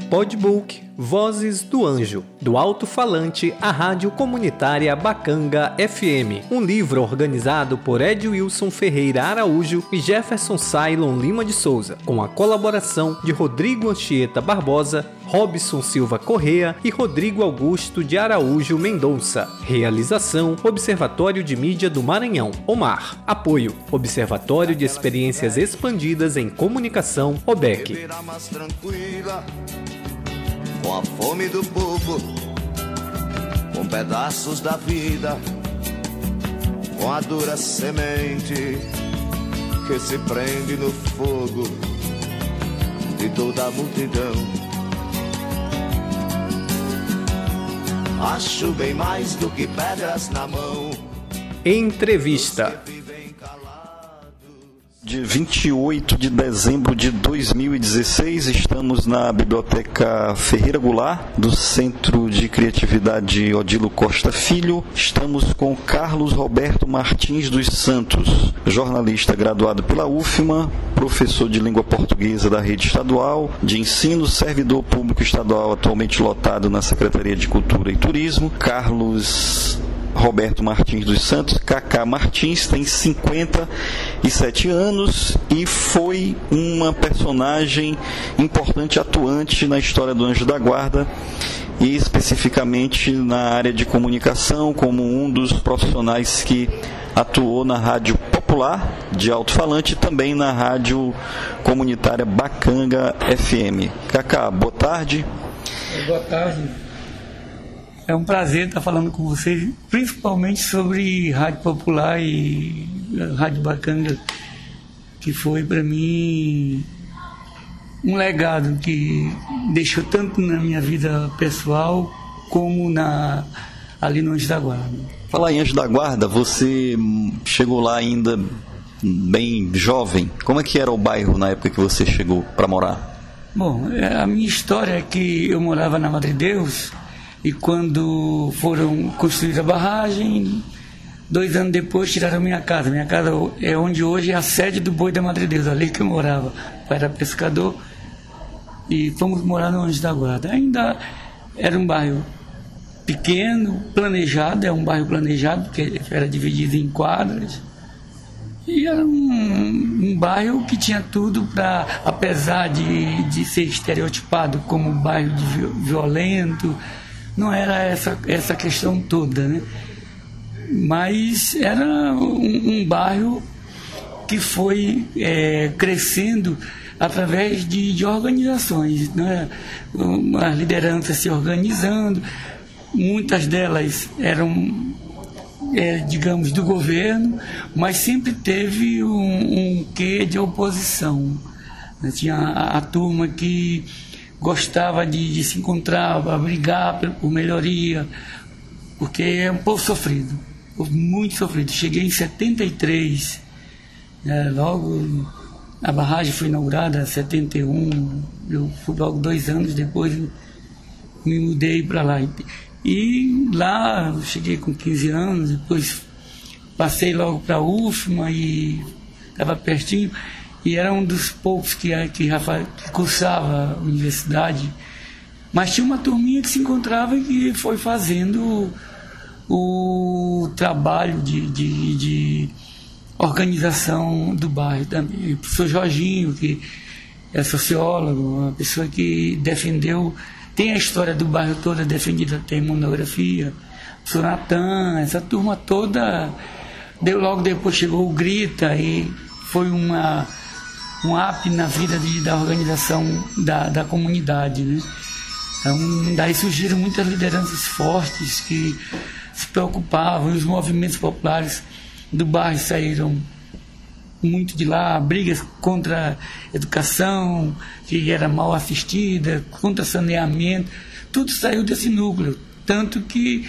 Podbook Vozes do Anjo, do alto-falante à rádio comunitária Bacanga FM, um livro organizado por Edwilson Ferreira Araújo e Jefferson Sailon Lima de Souza, com a colaboração de Rodrigo Anchieta Barbosa, Robson Silva Correa e Rodrigo Augusto de Araújo Mendonça. Realização: Observatório de Mídia do Maranhão, OMAR. Apoio: Observatório de Experiências Expandidas em Comunicação, OBEC. Com a fome do povo, com pedaços da vida, com a dura semente que se prende no fogo de toda a multidão. Acho bem mais do que pedras na mão. Entrevista. De 28 de dezembro de 2016, estamos na Biblioteca Ferreira Goulart, do Centro de Criatividade Odilo Costa Filho. Estamos com Carlos Roberto Martins dos Santos, jornalista graduado pela UFMA, professor de língua portuguesa da rede estadual de ensino, servidor público estadual atualmente lotado na Secretaria de Cultura e Turismo. Carlos Roberto Martins dos Santos, Cacá Martins, tem 57 anos e foi uma personagem importante, atuante na história do Anjo da Guarda e especificamente na área de comunicação, como um dos profissionais que atuou na Rádio Popular de alto-falante e também na Rádio Comunitária Bacanga FM. Cacá, boa tarde. Boa tarde. É um prazer estar falando com vocês, principalmente sobre Rádio Popular e Rádio Bacanga, que foi para mim um legado que deixou tanto na minha vida pessoal como ali no Anjo da Guarda. Falar em Anjo da Guarda, você chegou lá ainda bem jovem. Como é que era o bairro na época que você chegou para morar? Bom, a minha história é que eu morava na Madre Deus. E quando foram construir a barragem, 2 anos depois tiraram minha casa. Minha casa é onde hoje é a sede do Boi da Madre Deus, ali que eu morava. O pai era pescador e fomos morar no Anjo da Guarda. Ainda era um bairro pequeno, planejado, é um bairro planejado, porque era dividido em quadras. E era um bairro que tinha tudo para, apesar de ser estereotipado como um bairro violento, não era essa questão toda, né? Mas era um bairro que foi crescendo através de organizações, né? As lideranças se organizando, muitas delas eram, digamos, do governo, mas sempre teve um quê de oposição. Tinha a turma que gostava de se encontrar, a brigar por melhoria, porque é um povo sofrido, muito sofrido. Cheguei em 73, logo a barragem foi inaugurada em 71, eu fui logo 2 anos depois, me mudei para lá. E lá eu cheguei com 15 anos, depois passei logo para a UFMA e estava pertinho. E era um dos poucos que cursava a universidade. Mas tinha uma turminha que se encontrava e que foi fazendo o trabalho de organização do bairro também. O professor Jorginho, que é sociólogo, uma pessoa que defendeu, tem a história do bairro toda defendida, tem monografia. O professor Natan, essa turma toda, logo depois chegou o Grita e foi um up na vida da organização da comunidade, né? Então, daí surgiram muitas lideranças fortes que se preocupavam, e os movimentos populares do bairro saíram muito de lá, brigas contra a educação, que era mal assistida, contra saneamento, tudo saiu desse núcleo, tanto que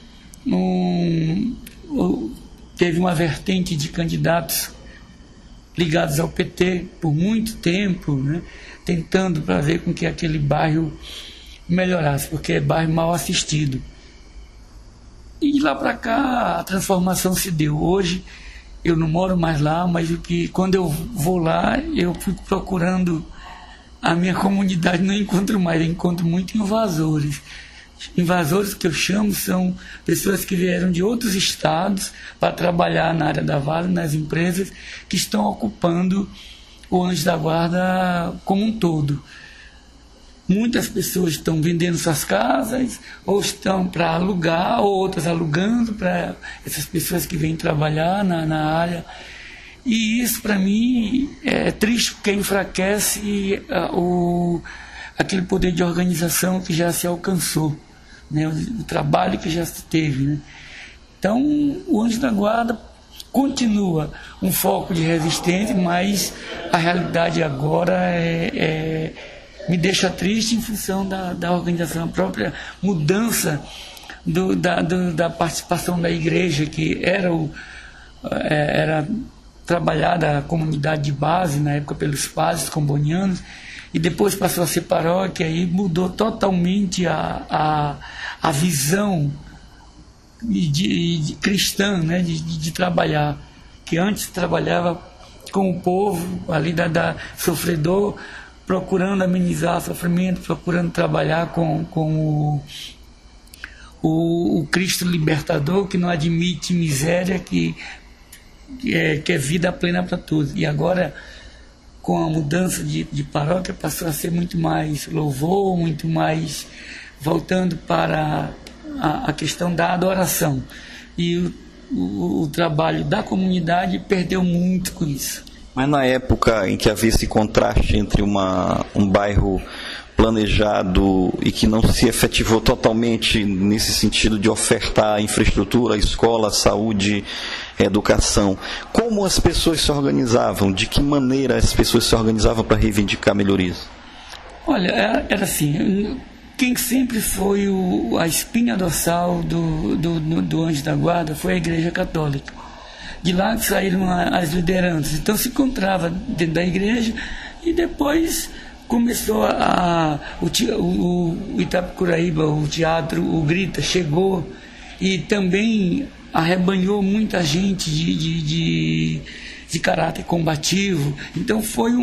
teve uma vertente de candidatos ligados ao PT por muito tempo, né, tentando para ver com que aquele bairro melhorasse, porque é bairro mal assistido. E de lá para cá a transformação se deu. Hoje eu não moro mais lá, mas quando eu vou lá eu fico procurando a minha comunidade não encontro mais, eu encontro muito invasores. Invasores que eu chamo são pessoas que vieram de outros estados para trabalhar na área da Vale, nas empresas que estão ocupando o Anjo da Guarda como um todo. Muitas pessoas estão vendendo suas casas, ou estão para alugar, ou outras alugando para essas pessoas que vêm trabalhar na área. E isso, para mim, é triste, porque enfraquece aquele poder de organização que já se alcançou, né? O trabalho que já se teve, né? Então, o Anjo da Guarda continua um foco de resistência, mas a realidade agora me deixa triste em função da organização, a própria mudança da participação da igreja, que era trabalhada a comunidade de base, na época pelos padres combonianos, e depois passou a ser paróquia, e mudou totalmente a visão de cristã, né, de trabalhar, que antes trabalhava com o povo ali sofredor, procurando amenizar o sofrimento, procurando trabalhar com o Cristo libertador, que não admite miséria, que é vida plena para todos. E agora, com a mudança de paróquia, passou a ser muito mais louvor, muito mais voltando para a questão da adoração. E o trabalho da comunidade perdeu muito com isso. Mas na época em que havia esse contraste entre um bairro planejado e que não se efetivou totalmente nesse sentido de ofertar infraestrutura, escola, saúde, educação, como as pessoas se organizavam? De que maneira as pessoas se organizavam para reivindicar melhorias? Olha, era assim, quem sempre foi a espinha dorsal do Anjo da Guarda foi a Igreja Católica. De lá saíram as lideranças. Então se encontrava dentro da igreja, e depois começou o Itapecuraíba, o teatro, o Grita, chegou e também arrebanhou muita gente de caráter combativo. Então foi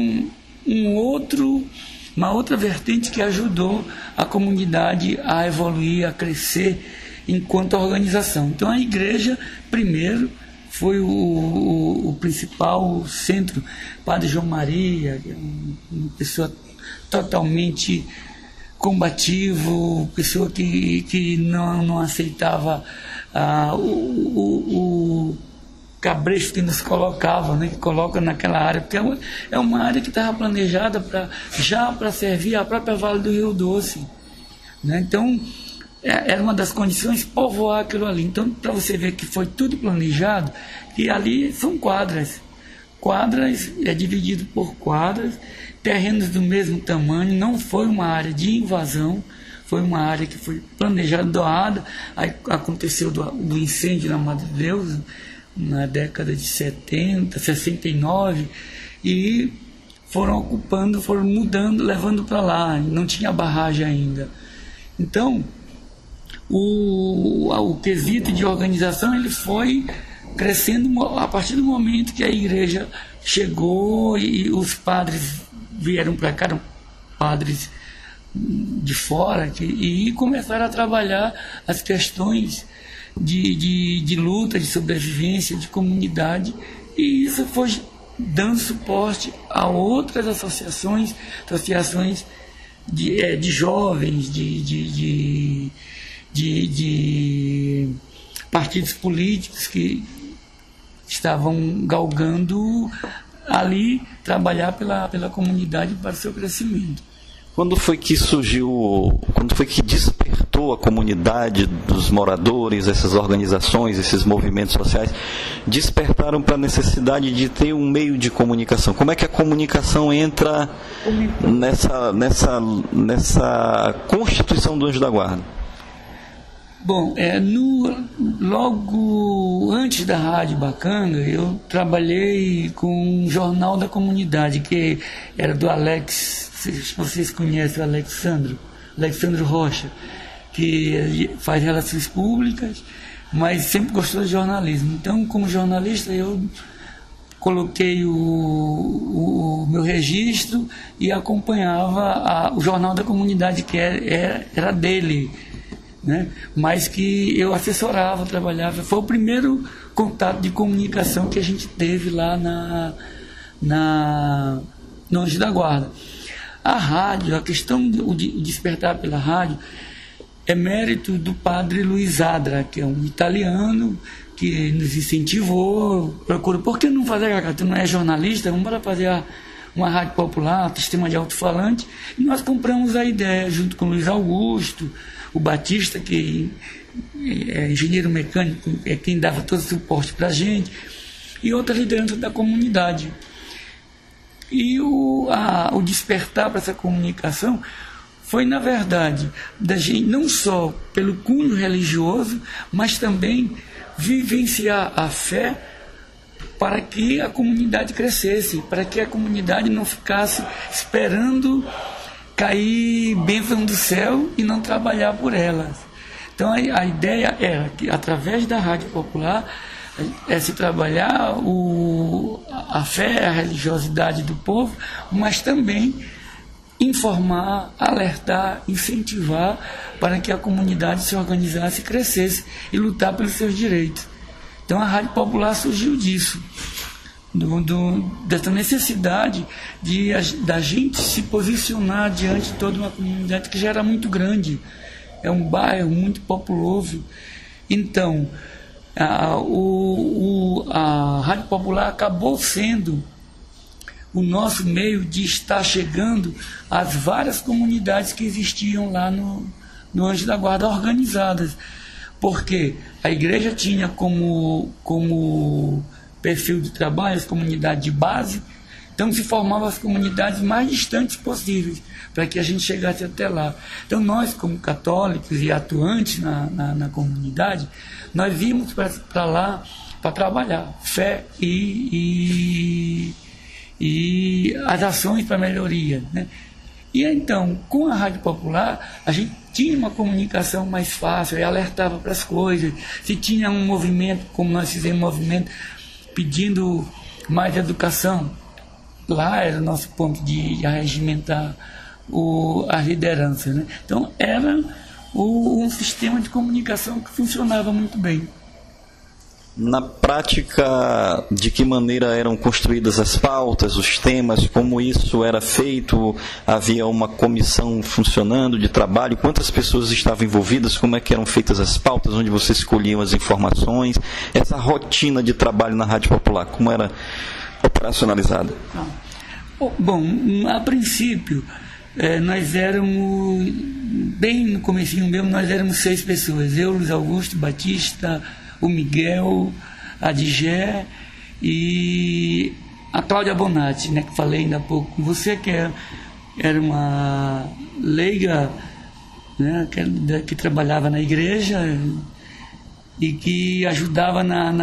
uma outra vertente que ajudou a comunidade a evoluir, a crescer enquanto organização. Então a igreja, primeiro, foi o principal centro. Padre João Maria, uma pessoa totalmente combativo, pessoa que não aceitava o cabresto que nos colocava, né, que coloca naquela área, porque é uma área que estava planejada para servir a própria Vale do Rio Doce, né? Então era uma das condições povoar aquilo ali. Então, para você ver que foi tudo planejado, e ali são quadras é dividido por quadras, terrenos do mesmo tamanho, não foi uma área de invasão, foi uma área que foi planejada, doada. Aí aconteceu do incêndio na Madre Deus, na década de 70, 69, e foram ocupando, foram mudando, levando para lá, não tinha barragem ainda. Então, o quesito de organização ele foi crescendo a partir do momento que a igreja chegou e os padres vieram para cá, eram padres de fora, e começaram a trabalhar as questões de luta, de sobrevivência, de comunidade, e isso foi dando suporte a outras associações de jovens, de partidos políticos que estavam galgando ali trabalhar pela comunidade para o seu crescimento. Quando foi que despertou a comunidade dos moradores, essas organizações, esses movimentos sociais, despertaram para a necessidade de ter um meio de comunicação? Como é que a comunicação entra nessa constituição do Anjo da Guarda? Bom, logo antes da Rádio Bacanga, eu trabalhei com um jornal da comunidade, que era do Alex, vocês conhecem o Alexandro Rocha, que faz relações públicas, mas sempre gostou de jornalismo. Então, como jornalista, eu coloquei o meu registro e acompanhava o jornal da comunidade, que era dele, né? Mas que eu assessorava, trabalhava. Foi o primeiro contato de comunicação que a gente teve lá no Anjo da Guarda. A rádio, a questão de despertar pela rádio é mérito do padre Luiz Adra, que é um italiano que nos incentivou, procurou, por que não fazer, Cacá? Tu não é jornalista, vamos para fazer uma rádio popular, sistema de alto-falante, e nós compramos a ideia junto com o Luiz Augusto, o Batista, que é engenheiro mecânico, é quem dava todo o suporte para a gente, e outras lideranças da comunidade. E o despertar para essa comunicação foi, na verdade, da gente não só pelo cunho religioso, mas também vivenciar a fé para que a comunidade crescesse, para que a comunidade não ficasse esperando cair bênção do céu e não trabalhar por elas. Então a ideia era que, através da Rádio Popular, se trabalhar a fé, a religiosidade do povo, mas também informar, alertar, incentivar para que a comunidade se organizasse, crescesse e lutar pelos seus direitos. Então a Rádio Popular surgiu disso, dessa necessidade da gente se posicionar diante de toda uma comunidade que já era muito grande, é um bairro muito populoso. Então a Rádio Popular acabou sendo o nosso meio de estar chegando às várias comunidades que existiam lá no Anjo da Guarda organizadas, porque a igreja tinha como perfil de trabalho as comunidades de base, então se formavam as comunidades mais distantes possíveis, para que a gente chegasse até lá. Então nós, como católicos e atuantes na comunidade, nós íamos para lá para trabalhar fé e as ações para melhoria, né? E então, com a Rádio Popular, a gente tinha uma comunicação mais fácil, alertava para as coisas. Se tinha um movimento, como nós fizemos um movimento pedindo mais educação, lá era o nosso ponto de arregimentar as lideranças, né? Então era um sistema de comunicação que funcionava muito bem. Na prática, de que maneira eram construídas as pautas, os temas, como isso era feito? Havia uma comissão funcionando de trabalho? Quantas pessoas estavam envolvidas? Como é que eram feitas as pautas? Onde vocês escolhiam as informações? Essa rotina de trabalho na Rádio Popular, como era operacionalizada? Bom, a princípio, nós éramos, bem no comecinho mesmo, nós éramos 6 pessoas. Eu, Luiz Augusto, Batista, o Miguel, a Digé e a Cláudia Bonatti, né, que falei ainda há pouco com você, que era uma leiga, né, que trabalhava na igreja e que ajudava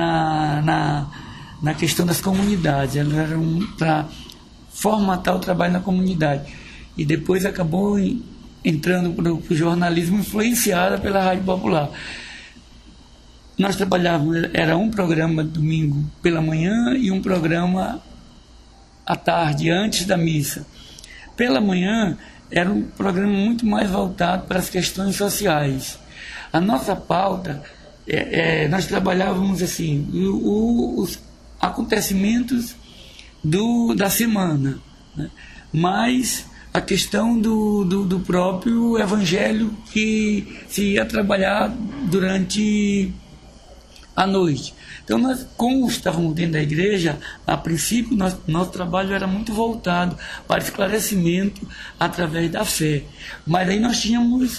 na questão das comunidades. Ela era para formatar o trabalho na comunidade. E depois acabou entrando para o jornalismo, influenciada pela Rádio Popular. Nós trabalhávamos, era um programa domingo pela manhã e um programa à tarde, antes da missa. Pela manhã era um programa muito mais voltado para as questões sociais. A nossa pauta, nós trabalhávamos assim, os acontecimentos da semana, né? Mas a questão do próprio evangelho que se ia trabalhar durante à noite. Então nós, como estávamos dentro da igreja, a princípio nosso trabalho era muito voltado para esclarecimento através da fé. Mas aí nós tínhamos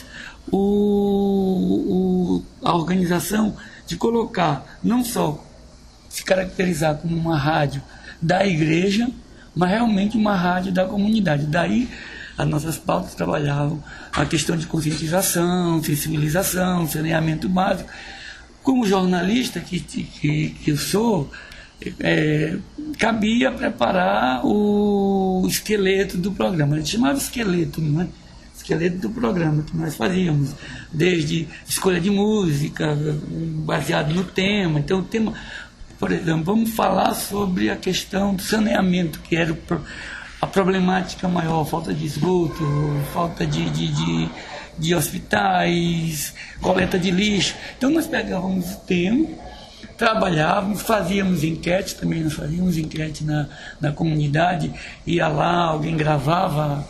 a organização de colocar, não só se caracterizar como uma rádio da igreja, mas realmente uma rádio da comunidade. Daí as nossas pautas trabalhavam a questão de conscientização, sensibilização, saneamento básico. Como jornalista que eu sou, cabia preparar o esqueleto do programa. A gente chamava esqueleto, não é? Esqueleto do programa que nós fazíamos, desde escolha de música, baseado no tema. Então, o tema, por exemplo, vamos falar sobre a questão do saneamento, que era a problemática maior, falta de esgoto, falta de hospitais, coleta de lixo. Então nós pegávamos o tema, trabalhávamos, fazíamos enquete, também nós fazíamos enquete na comunidade, ia lá, alguém gravava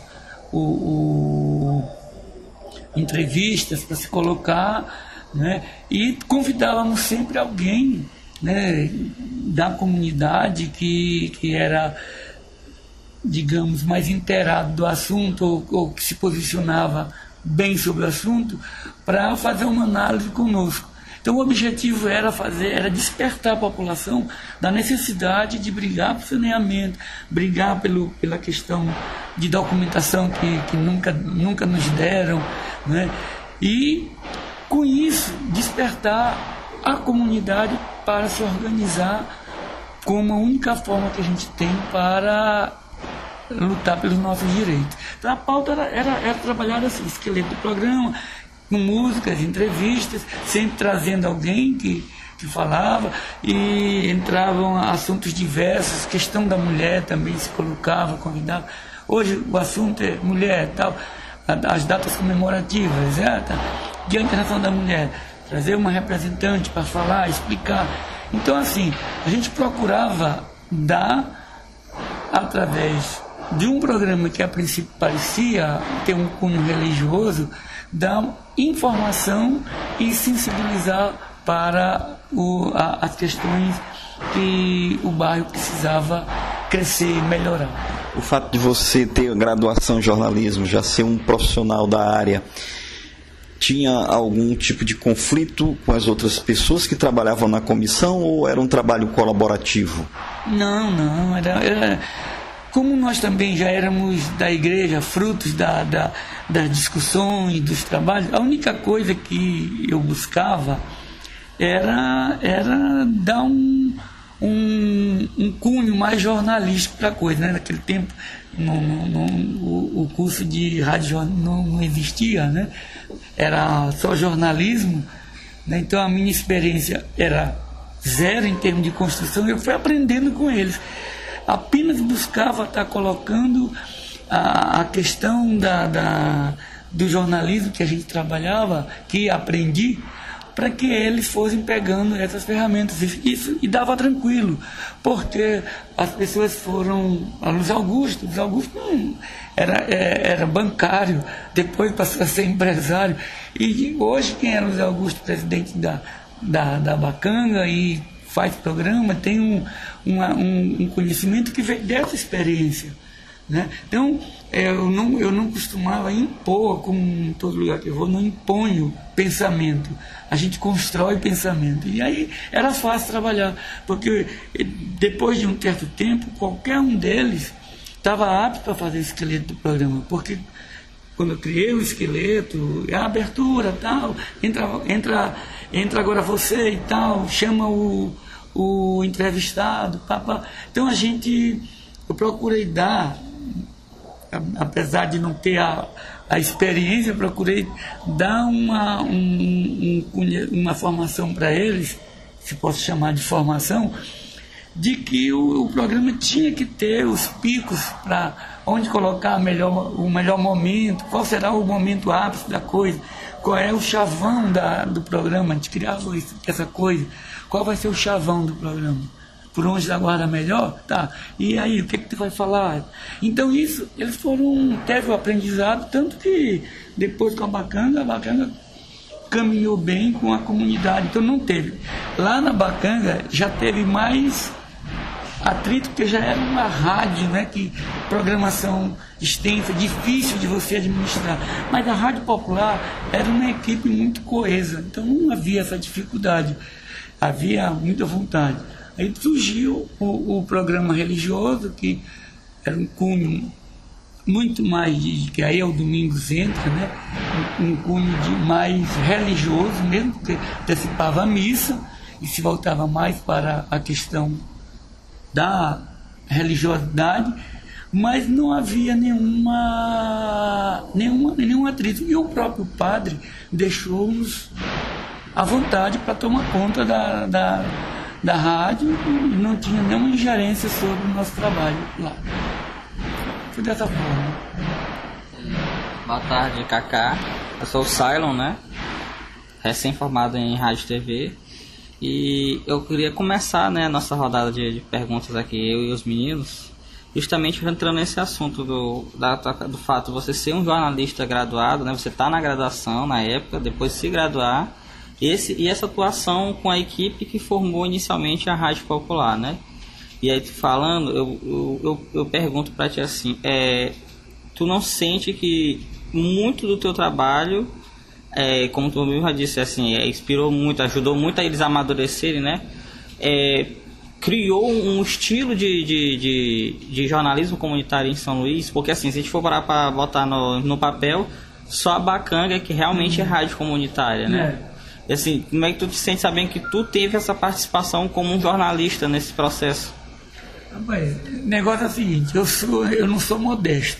entrevistas para se colocar, né? E convidávamos sempre alguém, né, da comunidade que era, digamos, mais inteirado do assunto ou que se posicionava bem sobre o assunto, para fazer uma análise conosco. Então o objetivo era despertar a população da necessidade de brigar pelo saneamento, brigar pela questão de documentação que nunca nos deram, né? E com isso despertar a comunidade para se organizar como a única forma que a gente tem para lutar pelos nossos direitos. Então a pauta era trabalhada assim, esqueleto do programa, com músicas, entrevistas, sempre trazendo alguém que falava, e entravam assuntos diversos, questão da mulher também se colocava, convidava. Hoje o assunto é mulher, tal, as datas comemorativas, Dia Internacional da Mulher, trazer uma representante para falar, explicar. Então assim, a gente procurava dar, através de um programa que a princípio parecia ter um cunho religioso, dar informação e sensibilizar para as questões que o bairro precisava crescer e melhorar. O fato de você ter graduação em jornalismo, já ser um profissional da área, tinha algum tipo de conflito com as outras pessoas que trabalhavam na comissão, ou era um trabalho colaborativo? Não, era como nós também já éramos da igreja, frutos das discussões, dos trabalhos, a única coisa que eu buscava era dar um cunho mais jornalístico para a coisa, né? Naquele tempo o curso de rádio não existia, né? Era só jornalismo, né? Então a minha experiência era zero em termos de construção, eu fui aprendendo com eles. Apenas buscava estar colocando a questão do jornalismo que a gente trabalhava, que aprendi, para que eles fossem pegando essas ferramentas. Isso, e dava tranquilo, porque as pessoas foram a Luiz Augusto. Luiz Augusto era bancário, depois passou a ser empresário. E hoje quem é Luiz Augusto, presidente da Bacanga, e faz programa, tem um conhecimento que veio dessa experiência, né? Então eu não costumava impor, como em todo lugar que eu vou, não imponho pensamento, a gente constrói pensamento, e aí era fácil trabalhar, porque depois de um certo tempo qualquer um deles estava apto para fazer o esqueleto do programa, porque quando eu criei o esqueleto, a abertura, tal, entra agora você e tal, chama o entrevistado, papá. Então eu procurei dar, apesar de não ter a experiência, eu procurei dar uma formação para eles, se posso chamar de formação, de que o programa tinha que ter os picos para onde colocar o melhor momento, qual será o momento ápice da coisa, qual é o chavão do programa, a gente criava essa coisa, qual vai ser o chavão do programa, por onde da guarda melhor, tá, e aí, o que tu vai falar? Então isso, eles teve o aprendizado, tanto que depois com a Bacanga caminhou bem com a comunidade, então não teve. Lá na Bacanga já teve mais atrito, porque já era uma rádio, né, que programação extensa, difícil de você administrar, mas a Rádio Popular era uma equipe muito coesa, então não havia essa dificuldade, havia muita vontade. Aí surgiu o programa religioso, que era um cunho muito mais que aí é o Domingos entra, né, um cunho mais religioso mesmo, porque antecipava a missa e se voltava mais para a questão da religiosidade, mas não havia nenhum atrito. E o próprio padre deixou-nos à vontade para tomar conta da rádio e não tinha nenhuma ingerência sobre o nosso trabalho lá. Foi dessa forma. Boa tarde, Cacá. Eu sou o Cylon, né? Recém-formado em rádio e TV. E eu queria começar, né, a nossa rodada de perguntas aqui, eu e os meninos, justamente entrando nesse assunto do fato de você ser um jornalista graduado, né? Você está na graduação na época, depois de se graduar, e essa atuação com a equipe que formou inicialmente a Rádio Popular, né? E aí, falando, eu pergunto para ti assim, tu não sente que muito do teu trabalho, como tu mesmo já disse, assim, inspirou muito, ajudou muito a eles a amadurecerem, né? Criou um estilo de jornalismo comunitário em São Luís, porque assim, se a gente for parar para botar no papel, só a Bacanga que realmente é rádio comunitária, né? E assim, como é que tu te sente sabendo que tu teve essa participação como um jornalista nesse processo? Rapaz, o negócio é o seguinte, eu não sou modesto.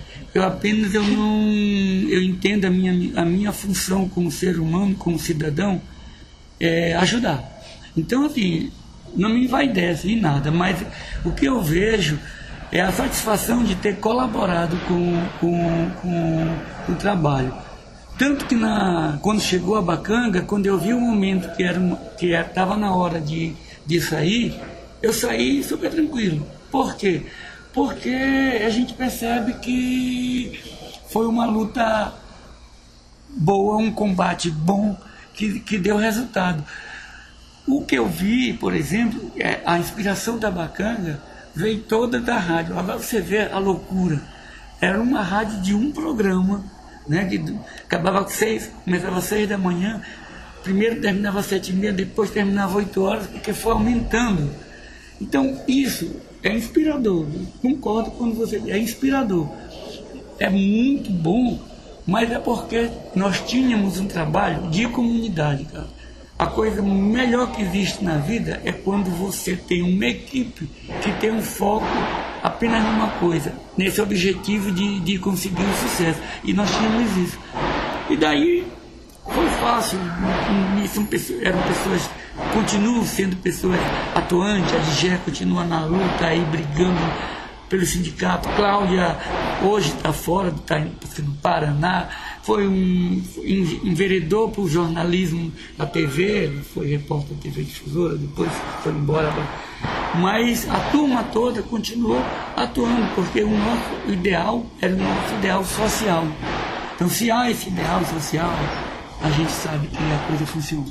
Eu entendo a minha função como ser humano, como cidadão, é ajudar. Então, assim, não me envaidece em nada, mas o que eu vejo é a satisfação de ter colaborado com o trabalho. Tanto que quando chegou a Bacanga, quando eu vi o momento que estava na hora de sair, eu saí super tranquilo. Por quê? Porque a gente percebe que foi uma luta boa, um combate bom, que deu resultado. O que eu vi, por exemplo, a inspiração da Bacanga veio toda da rádio. Agora você vê a loucura. Era uma rádio de um programa, né? Acabava às 6, começava às 6 da manhã, primeiro terminava às 7h30, depois terminava às 8 horas, porque foi aumentando. Então, isso é inspirador. Concordo com você, é inspirador. É muito bom, mas é porque nós tínhamos um trabalho de comunidade, cara. A coisa melhor que existe na vida é quando você tem uma equipe que tem um foco apenas numa coisa, nesse objetivo de conseguir um sucesso. E nós tínhamos isso. E daí foi fácil. Eram pessoas, continuam sendo pessoas atuantes. A DGE continua na luta aí, brigando pelo sindicato. Cláudia hoje está fora, está no Paraná. Foi um enveredou para o jornalismo da TV, foi repórter da TV Difusora, depois foi embora. Mas a turma toda continuou atuando, porque o nosso ideal era o nosso ideal social. Então, se há esse ideal social, a gente sabe que a coisa funciona.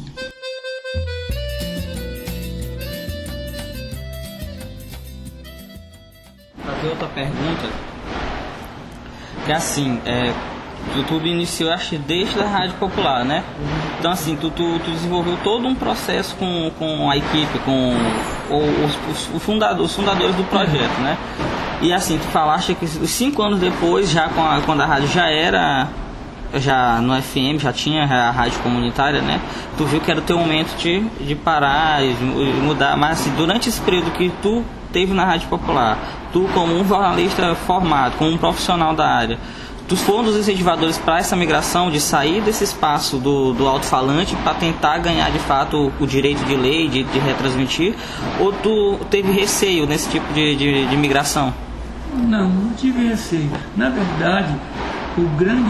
Fazer outra pergunta, que assim, tu iniciou, acho, desde a Rádio Popular, né? Então, assim, tu desenvolveu todo um processo com a equipe, com os fundadores do projeto, né? E assim, tu falaste que 5 anos depois, já quando a rádio já no FM, já tinha a rádio comunitária, né? Tu viu que era o teu momento de parar e mudar, mas assim, durante esse período que tu teve na Rádio Popular, tu como um jornalista formado, como um profissional da área, tu foi um dos incentivadores para essa migração, de sair desse espaço do alto-falante para tentar ganhar de fato o direito de lei, de retransmitir, ou tu teve receio nesse tipo de migração? Não tive receio. Na verdade, o grande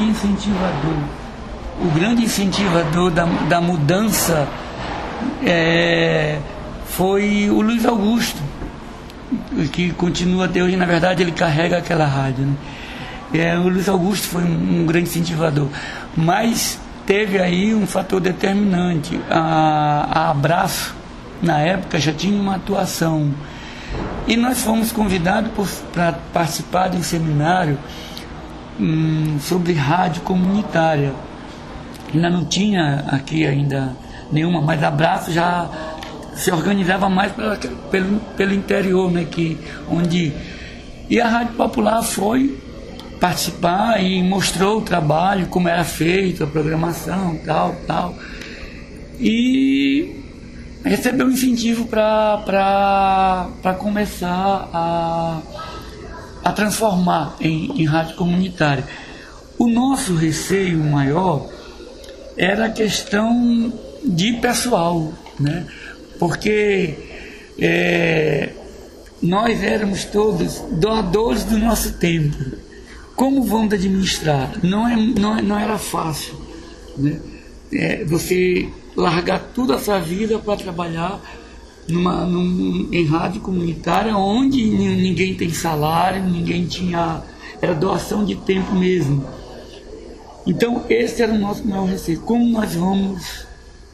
incentivador da mudança foi o Luiz Augusto, que continua até hoje. Na verdade, ele carrega aquela rádio, né? O Luiz Augusto foi um grande incentivador, mas teve aí um fator determinante. A Abraço, na época, já tinha uma atuação, e nós fomos convidados para participar de um seminário sobre rádio comunitária. Ainda não tinha aqui ainda nenhuma, mas a Abraço já se organizava mais pelo interior, né? E a Rádio Popular foi participar e mostrou o trabalho, como era feito, a programação, tal. E recebeu um incentivo para começar a transformar em rádio comunitária. O nosso receio maior era a questão de pessoal, né? Porque nós éramos todos doadores do nosso tempo. Como vamos administrar? Não era fácil, né? Você largar toda a sua vida para trabalhar em rádio comunitária, onde ninguém tem salário, ninguém tinha... Era doação de tempo mesmo. Então, esse era o nosso maior receio. Como nós vamos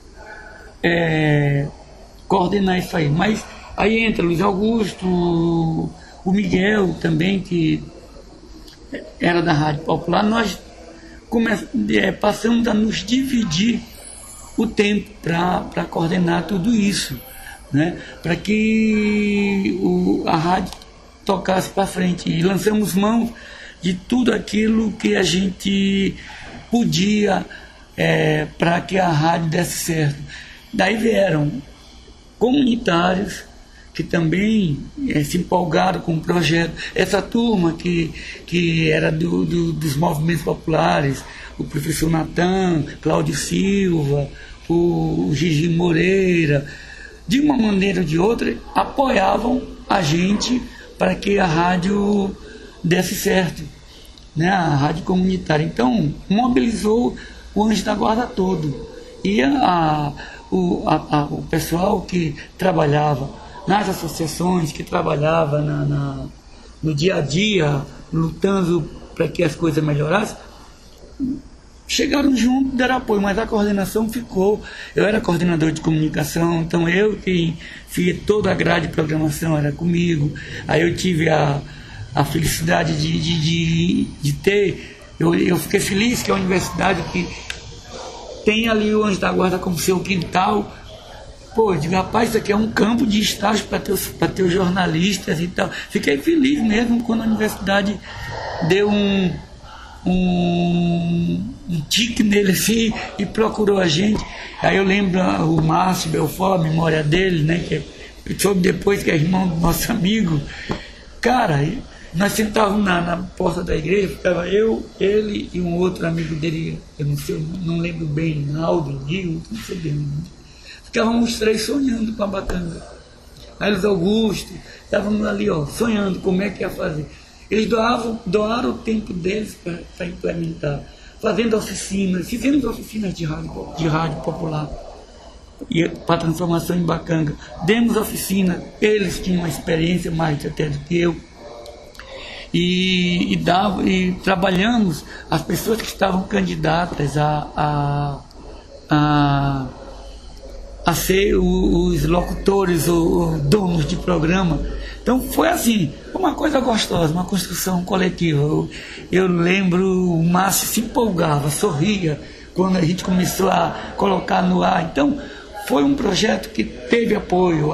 coordenar isso aí? Mas aí entra Luiz Augusto, o Miguel também, que era da Rádio Popular. Nós passamos a nos dividir o tempo para coordenar tudo isso, né? Para que a rádio tocasse para frente. E lançamos mão de tudo aquilo que a gente podia para que a rádio desse certo. Daí vieram comunitários que também se empolgaram com o projeto. Essa turma que era dos movimentos populares, o professor Natan, Cláudio Silva, o Gigi Moreira, de uma maneira ou de outra, apoiavam a gente para que a rádio desse certo, né? A rádio comunitária. Então, mobilizou o Anjo da Guarda todo. E o pessoal que trabalhava nas associações, que trabalhava no dia a dia, lutando para que as coisas melhorassem, chegaram junto, deram apoio, mas a coordenação ficou. Eu era coordenador de comunicação, então eu que fiz toda a grade de programação, era comigo. Aí eu tive a felicidade de ter, eu fiquei feliz que a universidade que tem ali o Anjo da Guarda como seu quintal. Pô, eu digo, rapaz, isso aqui é um campo de estágio para ter os jornalistas e tal. Fiquei feliz mesmo quando a universidade deu um tique nele assim e procurou a gente. Aí eu lembro o Márcio Belfort, a memória dele, né, que soube depois que é irmão do nosso amigo. Cara, nós sentávamos na porta da igreja, ficava eu, ele e um outro amigo dele, eu não sei, não lembro bem, Aldo, Rio, não sei bem. Ficávamos os três sonhando com a Bacanga. Aí Luiz Augusto, estávamos ali, sonhando como é que ia fazer. Eles doaram o tempo deles para implementar, fazendo oficinas, fizemos oficinas de rádio popular e para transformação em Bacanga. Demos oficina, eles tinham uma experiência mais até do que eu. E trabalhamos as pessoas que estavam candidatas a ser os locutores ou donos de programa. Então foi assim, uma coisa gostosa, uma construção coletiva. Eu lembro, o Márcio se empolgava, sorria quando a gente começou a colocar no ar. Então foi um projeto que teve apoio.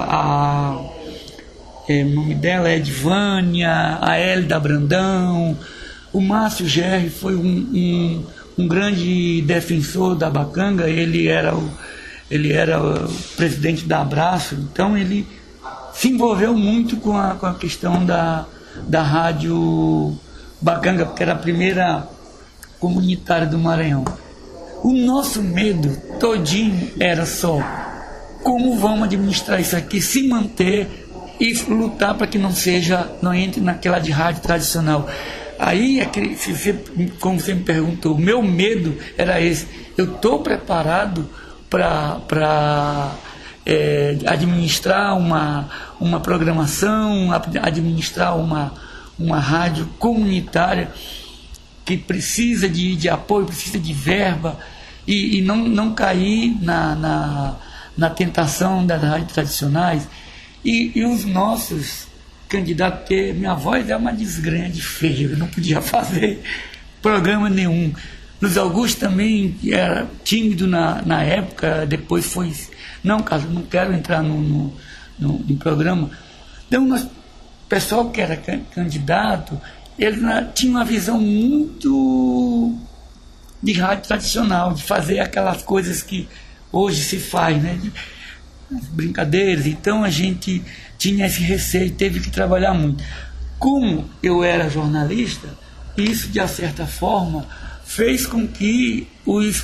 O nome dela é Edvânia, a Hélida Brandão, o Márcio Gerri foi um grande defensor da Bacanga. Ele era o presidente da Abraço, então ele se envolveu muito com a questão da rádio Bacanga, porque era a primeira comunitária do Maranhão. O nosso medo todinho era só como vamos administrar isso aqui, se manter e lutar para que não entre naquela de rádio tradicional. Aí, como você me perguntou, o meu medo era esse. Eu estou preparado para administrar uma programação, administrar uma rádio comunitária que precisa de apoio, precisa de verba, e não cair na tentação das rádios tradicionais. E os nossos candidatos, porque minha voz é uma desgrande feia, eu não podia fazer programa nenhum. Luiz Augusto também era tímido na época, depois foi... Não, Carlos, não quero entrar no programa. Então, o pessoal que era candidato, ele tinha uma visão muito de rádio tradicional, de fazer aquelas coisas que hoje se faz, né? Brincadeiras. Então a gente tinha esse receio, teve que trabalhar muito. Como eu era jornalista, isso de certa forma fez com que os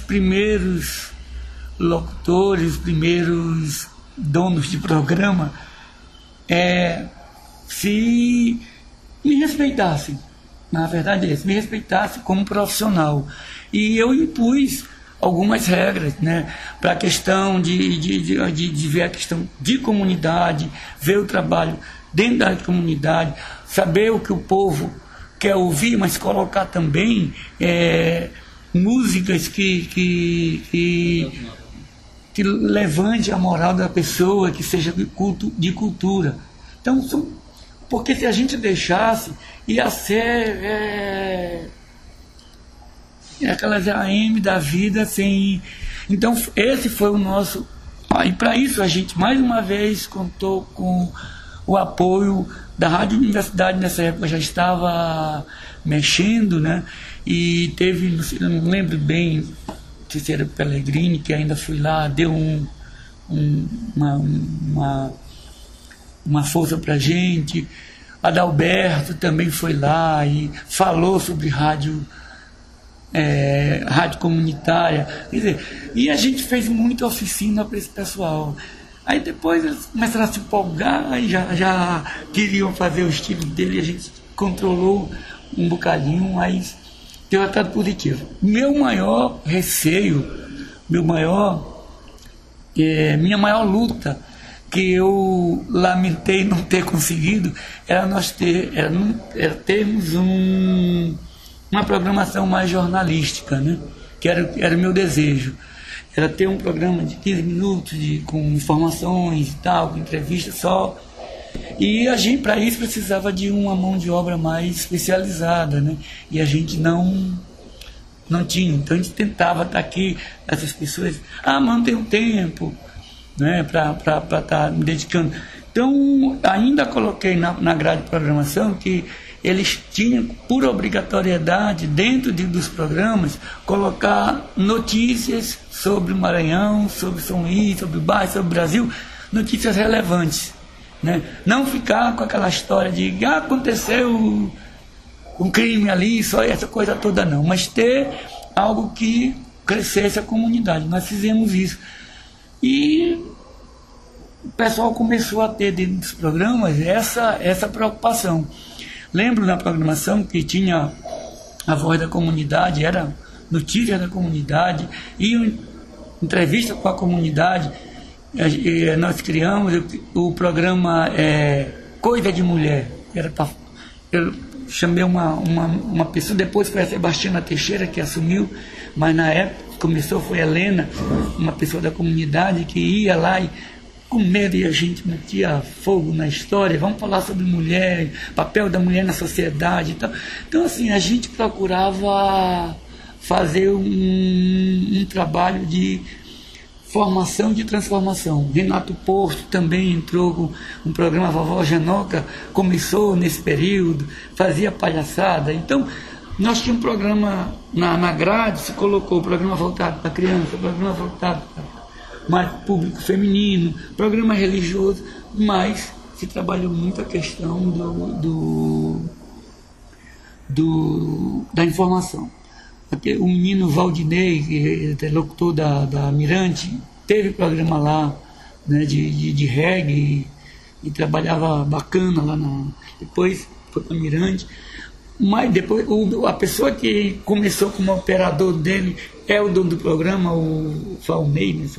primeiros locutores, os primeiros donos de programa se me respeitasse. Na verdade é isso, me respeitasse como profissional. E eu impus algumas regras, né, para a questão de ver a questão de comunidade, ver o trabalho dentro da comunidade, saber o que o povo quer ouvir, mas colocar também músicas que levante a moral da pessoa, que seja de cultura. Então, porque se a gente deixasse, ia ser aquelas AM da vida sem... Então, esse foi o nosso... E para isso, a gente, mais uma vez, contou com o apoio da Rádio Universidade. Nessa época já estava mexendo, né? E teve, não lembro bem se era Pellegrini, que ainda fui lá, deu uma força para a gente. Adalberto também foi lá e falou sobre rádio comunitária. Quer dizer, e a gente fez muita oficina para esse pessoal. Aí depois eles começaram a se empolgar, aí já queriam fazer o estilo dele, a gente controlou um bocadinho, mas deu resultado positivo. Meu maior receio, minha maior luta, que eu lamentei não ter conseguido, era termos uma programação mais jornalística, né? Que era o meu desejo. Era ter um programa de 15 minutos com informações e tal, com entrevistas só. E a gente, para isso, precisava de uma mão de obra mais especializada, né? E a gente não tinha. Então a gente tentava estar aqui, essas pessoas, mas não tem um tempo, né, para estar me dedicando. Então, ainda coloquei na grade de programação que eles tinham, por obrigatoriedade, dentro dos programas, colocar notícias sobre o Maranhão, sobre São Luís, sobre o bairro, sobre o Brasil, notícias relevantes, né? Não ficar com aquela história de aconteceu um crime ali, só essa coisa toda não, mas ter algo que crescesse a comunidade. Nós fizemos isso. E o pessoal começou a ter dentro dos programas essa preocupação. Lembro na programação que tinha a voz da comunidade, era notícia da comunidade, e entrevista com a comunidade. Nós criamos o programa Coisa de Mulher. Eu chamei uma pessoa, depois foi a Sebastiana Teixeira que assumiu, mas na época que começou foi a Helena, uma pessoa da comunidade que ia lá e com medo, e a gente metia fogo na história. Vamos falar sobre mulher, papel da mulher na sociedade e tal. Então, assim, a gente procurava fazer um trabalho de formação de transformação. Renato Posto também entrou com um programa, Vovó Janoca começou nesse período, fazia palhaçada. Então, nós tínhamos um programa na grade, se colocou o programa voltado para criança, programa voltado para mais público feminino, programa religioso, mas se trabalhou muito a questão da informação. Porque o menino Valdinei, que é locutor da Mirante, teve programa lá, né, de reggae e trabalhava bacana lá depois foi para Mirante. Mas depois a pessoa que começou como operador dele é o dono do programa, o Valmir, né?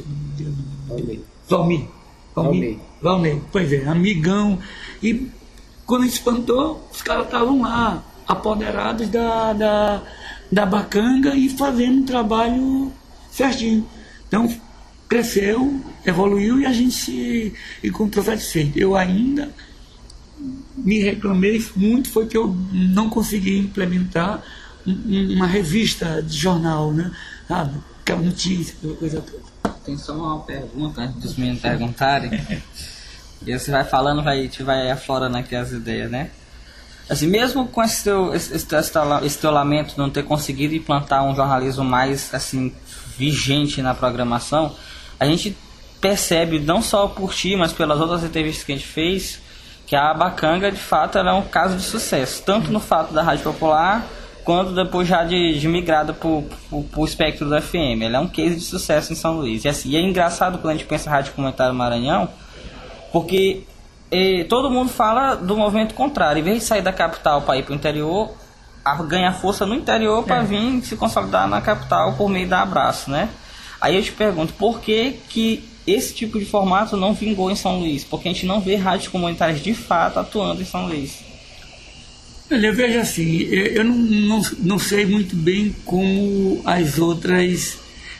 Valmir, pois é, amigão. E quando espantou, os caras estavam lá, apoderados da Bacanga e fazendo um trabalho certinho. Então, cresceu, evoluiu e a gente se encontrou satisfeito. Eu ainda me reclamei muito, foi que eu não consegui implementar uma revista de jornal, né? Sabe? Aquela notícia, aquela coisa toda. Tem só uma pergunta antes dos meninos perguntarem. E você vai falando, a gente vai aflorando aqui as ideias, né? Assim, mesmo com esse teu lamento de não ter conseguido implantar um jornalismo mais assim, vigente na programação, a gente percebe, não só por ti, mas pelas outras entrevistas que a gente fez, que a Bacanga, de fato, ela é um caso de sucesso, tanto no fato da Rádio Popular, quanto depois já de migrada para o espectro do FM. Ela é um case de sucesso em São Luís. E, assim, é engraçado quando a gente pensa em Rádio Comunitária Maranhão, porque todo mundo fala do movimento contrário. Em vez de sair da capital para ir para o interior, ganhar força no interior para vir se consolidar na capital por meio da Abraço, né? Aí eu te pergunto, por que esse tipo de formato não vingou em São Luís? Porque a gente não vê rádios comunitárias de fato atuando em São Luís. Eu vejo assim, eu não sei muito bem como as outras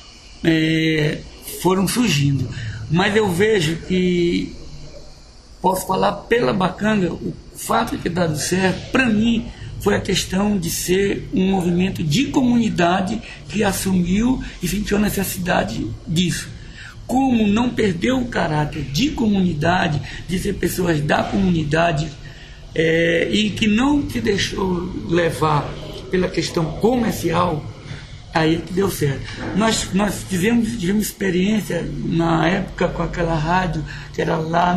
foram surgindo, mas eu vejo que, posso falar pela Bacanga, o fato de ter dado certo, para mim, foi a questão de ser um movimento de comunidade que assumiu e sentiu a necessidade disso. Como não perdeu o caráter de comunidade, de ser pessoas da comunidade, e que não se deixou levar pela questão comercial, aí que deu certo. Nós tivemos experiência na época com aquela rádio que era lá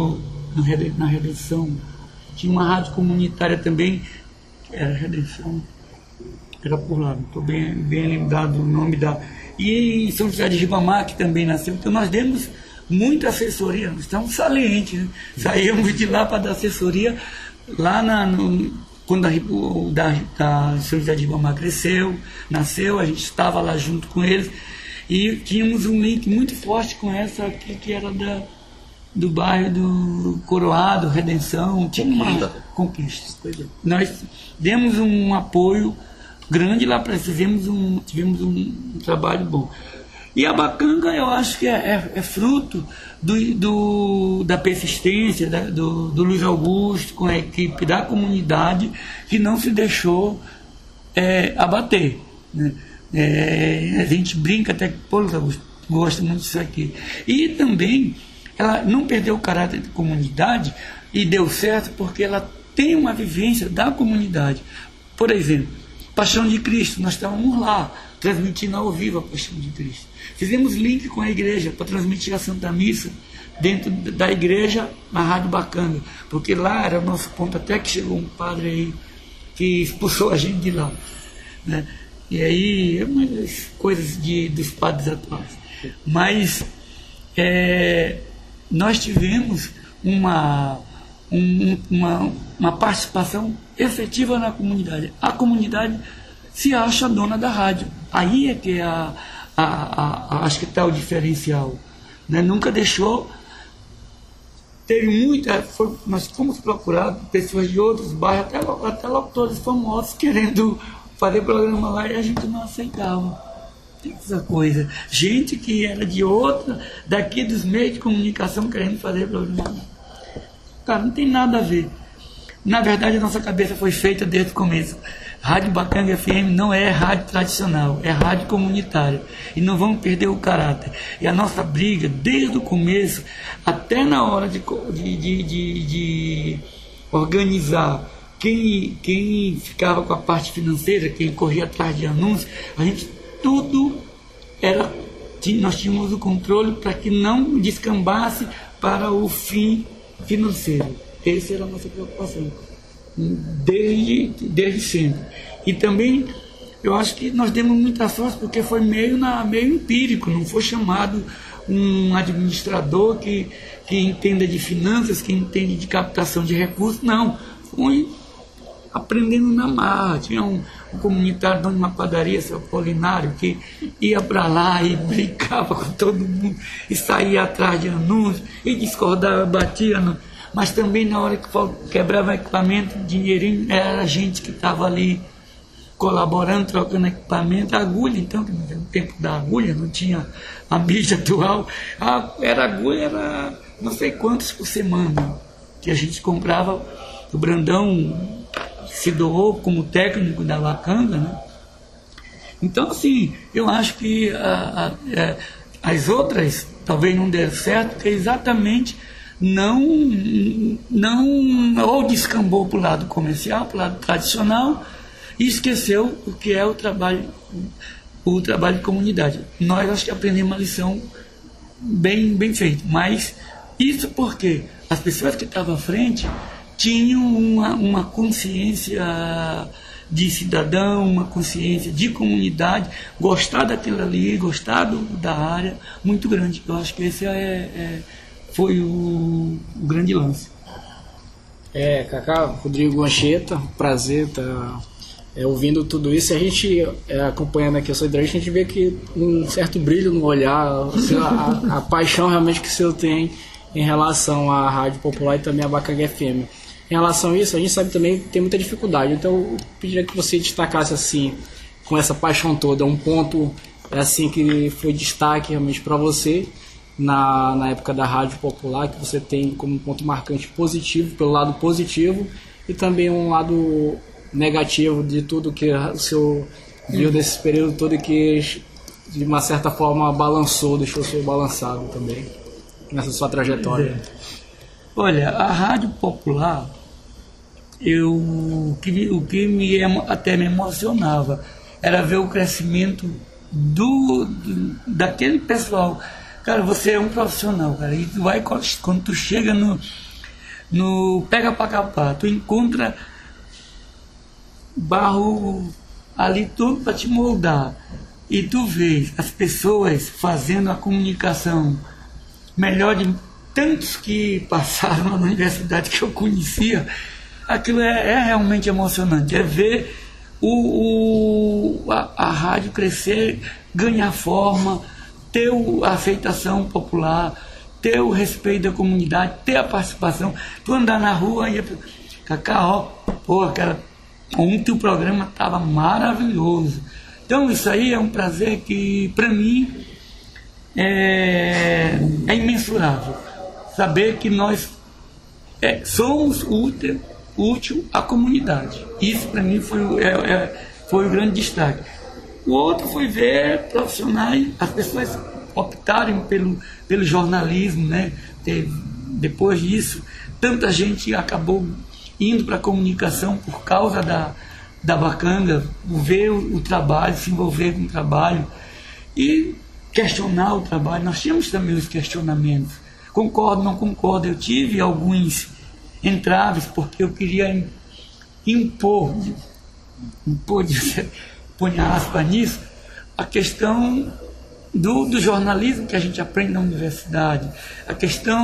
na Redenção. Tinha uma rádio comunitária também, era Redenção, era por lá, não estou bem lembrado o nome da... E em São José de Ribamar, que também nasceu. Então nós demos muita assessoria, nós estamos salientes, né? Saímos de lá para dar assessoria lá quando a São José de Ribamar nasceu, a gente estava lá junto com eles e tínhamos um link muito forte com essa aqui que era do bairro do Coroado, Redenção, tinha uma Conquista. Nós demos um apoio grande lá para tivemos um trabalho bom. E a Bacanga, eu acho que é fruto da persistência do Luiz Augusto, com a equipe da comunidade, que não se deixou abater, né? A gente brinca até que o Luiz Augusto gosta muito disso aqui. E também, ela não perdeu o caráter de comunidade e deu certo porque ela tem uma vivência da comunidade. Por exemplo, Paixão de Cristo, nós estávamos lá, transmitindo ao vivo a Paixão de Cristo. Fizemos link com a igreja para transmitir a Santa Missa dentro da igreja na Rádio Bacanga, porque lá era o nosso ponto, até que chegou um padre aí que expulsou a gente de lá, né? E aí, umas coisas dos padres atuais. Mas nós tivemos uma participação efetiva na comunidade. A comunidade se acha dona da rádio. Aí é que acho que está o diferencial, né? Nunca deixou. Teve muita. Nós fomos procurados pessoas de outros bairros, até locutores famosos querendo fazer programa lá e a gente não aceitava. Tem essa coisa. Gente que era de outra, daqui dos meios de comunicação querendo fazer programa lá. Cara, não tem nada a ver. Na verdade, a nossa cabeça foi feita desde o começo. Rádio Bacanga FM não é rádio tradicional, é rádio comunitária. E não vamos perder o caráter. E a nossa briga, desde o começo, até na hora de organizar quem ficava com a parte financeira, quem corria atrás de anúncios, a gente tudo nós tínhamos o controle para que não descambasse para o fim financeiro. Essa era a nossa preocupação desde sempre. E também eu acho que nós demos muita sorte porque foi meio empírico, não foi chamado um administrador que entenda de finanças, que entende de captação de recursos, não, foi aprendendo na marra. Tinha um comunitário dono de uma padaria, seu Apolinário, que ia para lá e brincava com todo mundo e saía atrás de anúncios e discordava, batia mas também na hora que quebrava equipamento, dinheirinho, era a gente que estava ali colaborando, trocando equipamento. A agulha, então, no tempo da agulha, não tinha a mídia atual, era agulha, era não sei quantos por semana que a gente comprava. O Brandão se doou como técnico da Bacanga, né? Então, assim, eu acho que as outras talvez não deram certo, porque exatamente ou descambou para o lado comercial, para o lado tradicional, e esqueceu o que é o trabalho de comunidade. Nós acho que aprendemos uma lição bem feita, mas isso porque as pessoas que estavam à frente tinham uma consciência de cidadão, uma consciência de comunidade, gostar daquilo ali, gostar da área, muito grande. Eu acho que esse foi o grande lance. Cacá, Rodrigo Anchieta, prazer estar ouvindo tudo isso. A gente acompanhando aqui a sua entrevista, a gente vê que um certo brilho no olhar, a paixão realmente que o senhor tem em relação à Rádio Popular e também à Bacanga FM. Em relação a isso, a gente sabe também que tem muita dificuldade, então eu pediria que você destacasse assim, com essa paixão toda, um ponto assim que foi destaque realmente para você na época da Rádio Popular, que você tem como um ponto marcante positivo, pelo lado positivo, e também um lado negativo de tudo que o senhor viu nesse período todo e que de uma certa forma balançou, deixou o senhor balançado também nessa sua trajetória. Olha, a Rádio Popular, o que até me emocionava era ver o crescimento daquele pessoal. Cara, você é um profissional, cara, e tu vai, quando tu chega no pega pra capar, tu encontra barro ali todo para te moldar, e tu vês as pessoas fazendo a comunicação melhor de tantos que passaram na universidade que eu conhecia. Aquilo é realmente emocionante, é ver a rádio crescer, ganhar forma, ter a aceitação popular, ter o respeito da comunidade, ter a participação. Tu andar na rua e Cacá, ontem o programa estava maravilhoso. Então isso aí é um prazer que para mim é imensurável. Saber que nós somos útil à comunidade. Isso para mim foi o grande destaque. O outro foi ver profissionais, as pessoas optarem pelo jornalismo, né? Depois disso, tanta gente acabou indo para a comunicação por causa da Bacanga, ver o trabalho, se envolver com o trabalho e questionar o trabalho. Nós tínhamos também os questionamentos. Concordo, não concordo. Eu tive alguns entraves porque eu queria impor, põe aspas nisso, a questão do jornalismo que a gente aprende na universidade, a questão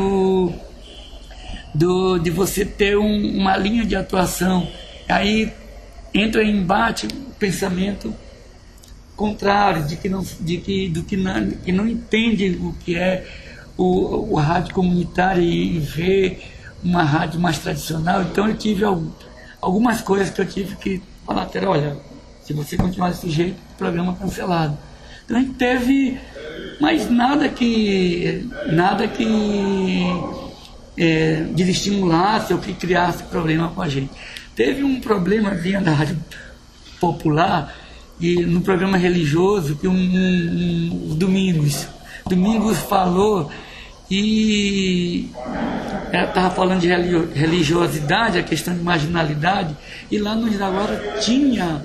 de você ter uma linha de atuação. Aí entra em embate o pensamento contrário, que não entende o que é o rádio comunitário e vê uma rádio mais tradicional. Então eu tive algumas coisas que eu tive que falar, olha, se você continuar desse jeito, o programa é cancelado. Então a gente teve, mas nada que desestimulasse ou que criasse problema com a gente. Teve um problema dentro da Rádio Popular, e no programa religioso, que um Domingos falou, e ela estava falando de religiosidade, a questão de marginalidade, e lá no Jaguara tinha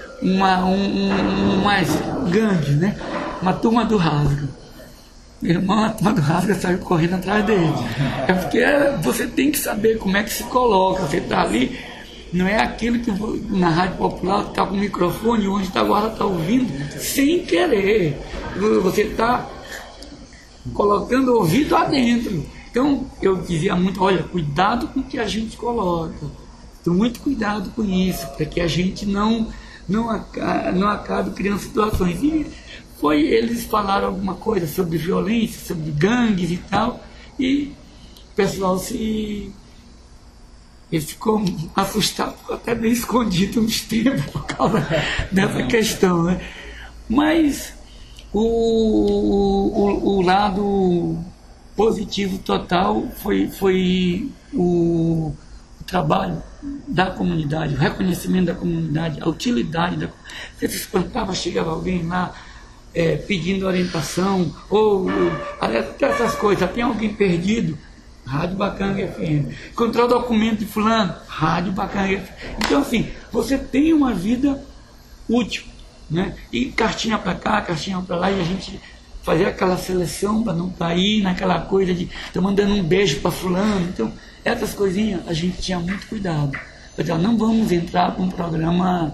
umas gangues, né? Uma turma do Rasga. Meu irmão, a turma do Rasga saiu correndo atrás dele. É porque você tem que saber como é que se coloca. Você está ali, não é aquilo que na Rádio Popular está com o microfone, onde agora está ouvindo, sem querer. Você está colocando o ouvido adentro. Então, eu dizia muito, olha, cuidado com o que a gente coloca. Muito cuidado com isso, para que a gente não acabe criando situações. E eles falaram alguma coisa sobre violência, sobre gangues e tal, e o pessoal ele ficou assustado, ficou até bem escondido uns tempos por causa dessa questão, né? Mas o lado positivo total foi o trabalho da comunidade, o reconhecimento da comunidade, a utilidade da comunidade. Você se espantava, chegava alguém lá pedindo orientação, ou essas coisas, tem alguém perdido, Rádio Bacanga FM. Encontrou o documento de fulano, Rádio Bacanga FM. Então assim, você tem uma vida útil, né? E cartinha para cá, cartinha para lá, e a gente fazer aquela seleção para não cair naquela coisa de tô mandando um beijo para fulano. Então essas coisinhas a gente tinha muito cuidado. Não vamos entrar com um programa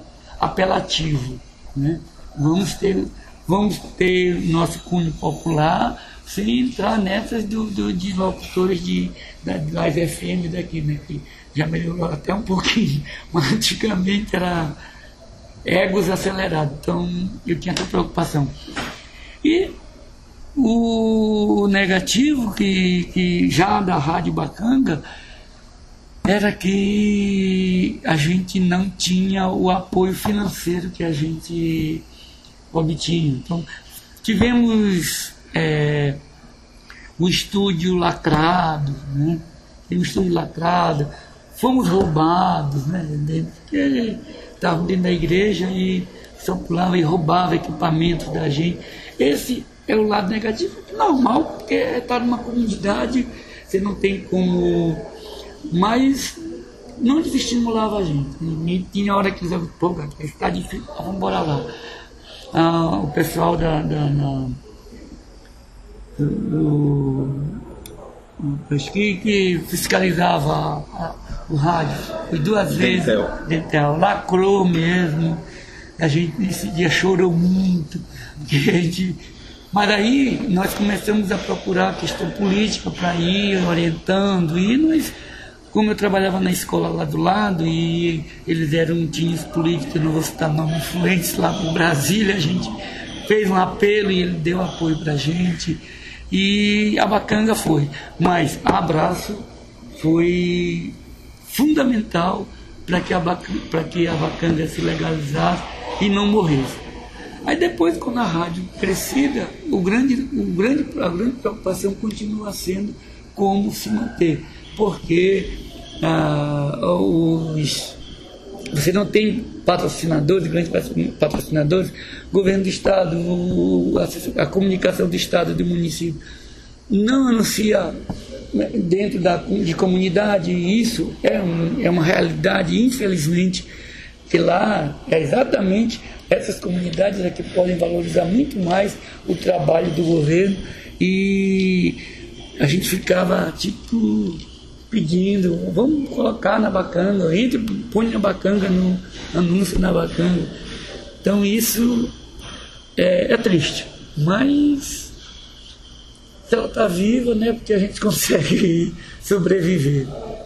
apelativo, né? Vamos ter nosso cunho popular, sem entrar nessas de locutores da Live FM daqui, né? Que já melhorou até um pouquinho, mas antigamente era egos acelerados, então eu tinha essa preocupação. E o negativo que já da Rádio Bacanga era que a gente não tinha o apoio financeiro que a gente obtinha. Então, tivemos o estúdio lacrado, né? Tem um estúdio lacrado, fomos roubados, né? Porque estavam dentro da igreja e só pulava e roubava equipamentos da gente. Esse é o lado negativo, normal, porque está numa comunidade, você não tem como. Mas não desestimulava a gente. E tinha hora que dizia, pô, cara, está difícil, vamos embora lá. O pessoal que fiscalizava o rádio, foi 2 vezes, Dentel, lacrou mesmo. A gente nesse dia chorou muito, mas aí nós começamos a procurar a questão política para ir orientando, e nós, como eu trabalhava na escola lá do lado, e eles eram times políticos, não vou citar nomes influentes lá por Brasília, a gente fez um apelo e ele deu apoio para a gente, e a Bacanga foi. Mas a Abraço foi fundamental para que a Bacanga se legalizasse e não morresse. Aí depois, quando a rádio crescida, a grande preocupação continua sendo como se manter, porque você não tem patrocinadores, grandes patrocinadores, governo do estado, a comunicação do estado e do município não anuncia dentro de comunidade, e isso é uma realidade, infelizmente, que lá é exatamente essas comunidades é que podem valorizar muito mais o trabalho do governo, e a gente ficava pedindo, vamos colocar na Bacanga, põe na Bacanga, no anúncio na Bacanga. Então isso é triste, mas ela está viva, né, porque a gente consegue sobreviver.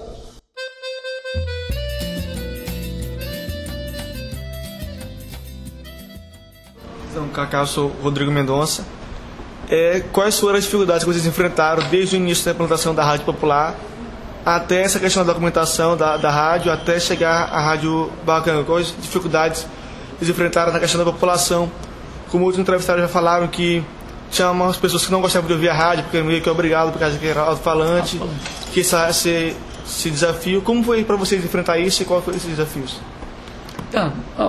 Então, Cacá, eu sou Rodrigo Mendonça. Quais foram as dificuldades que vocês enfrentaram desde o início da implantação da Rádio Popular até essa questão da documentação da rádio, até chegar à Rádio Bacanga? Quais dificuldades vocês enfrentaram na questão da população? Como outros entrevistados já falaram, que tinha umas pessoas que não gostavam de ouvir a rádio, porque meio que é obrigado, por causa que era alto-falante, que esse desafio. Como foi para vocês enfrentar isso e quais foram esses desafios? Tá,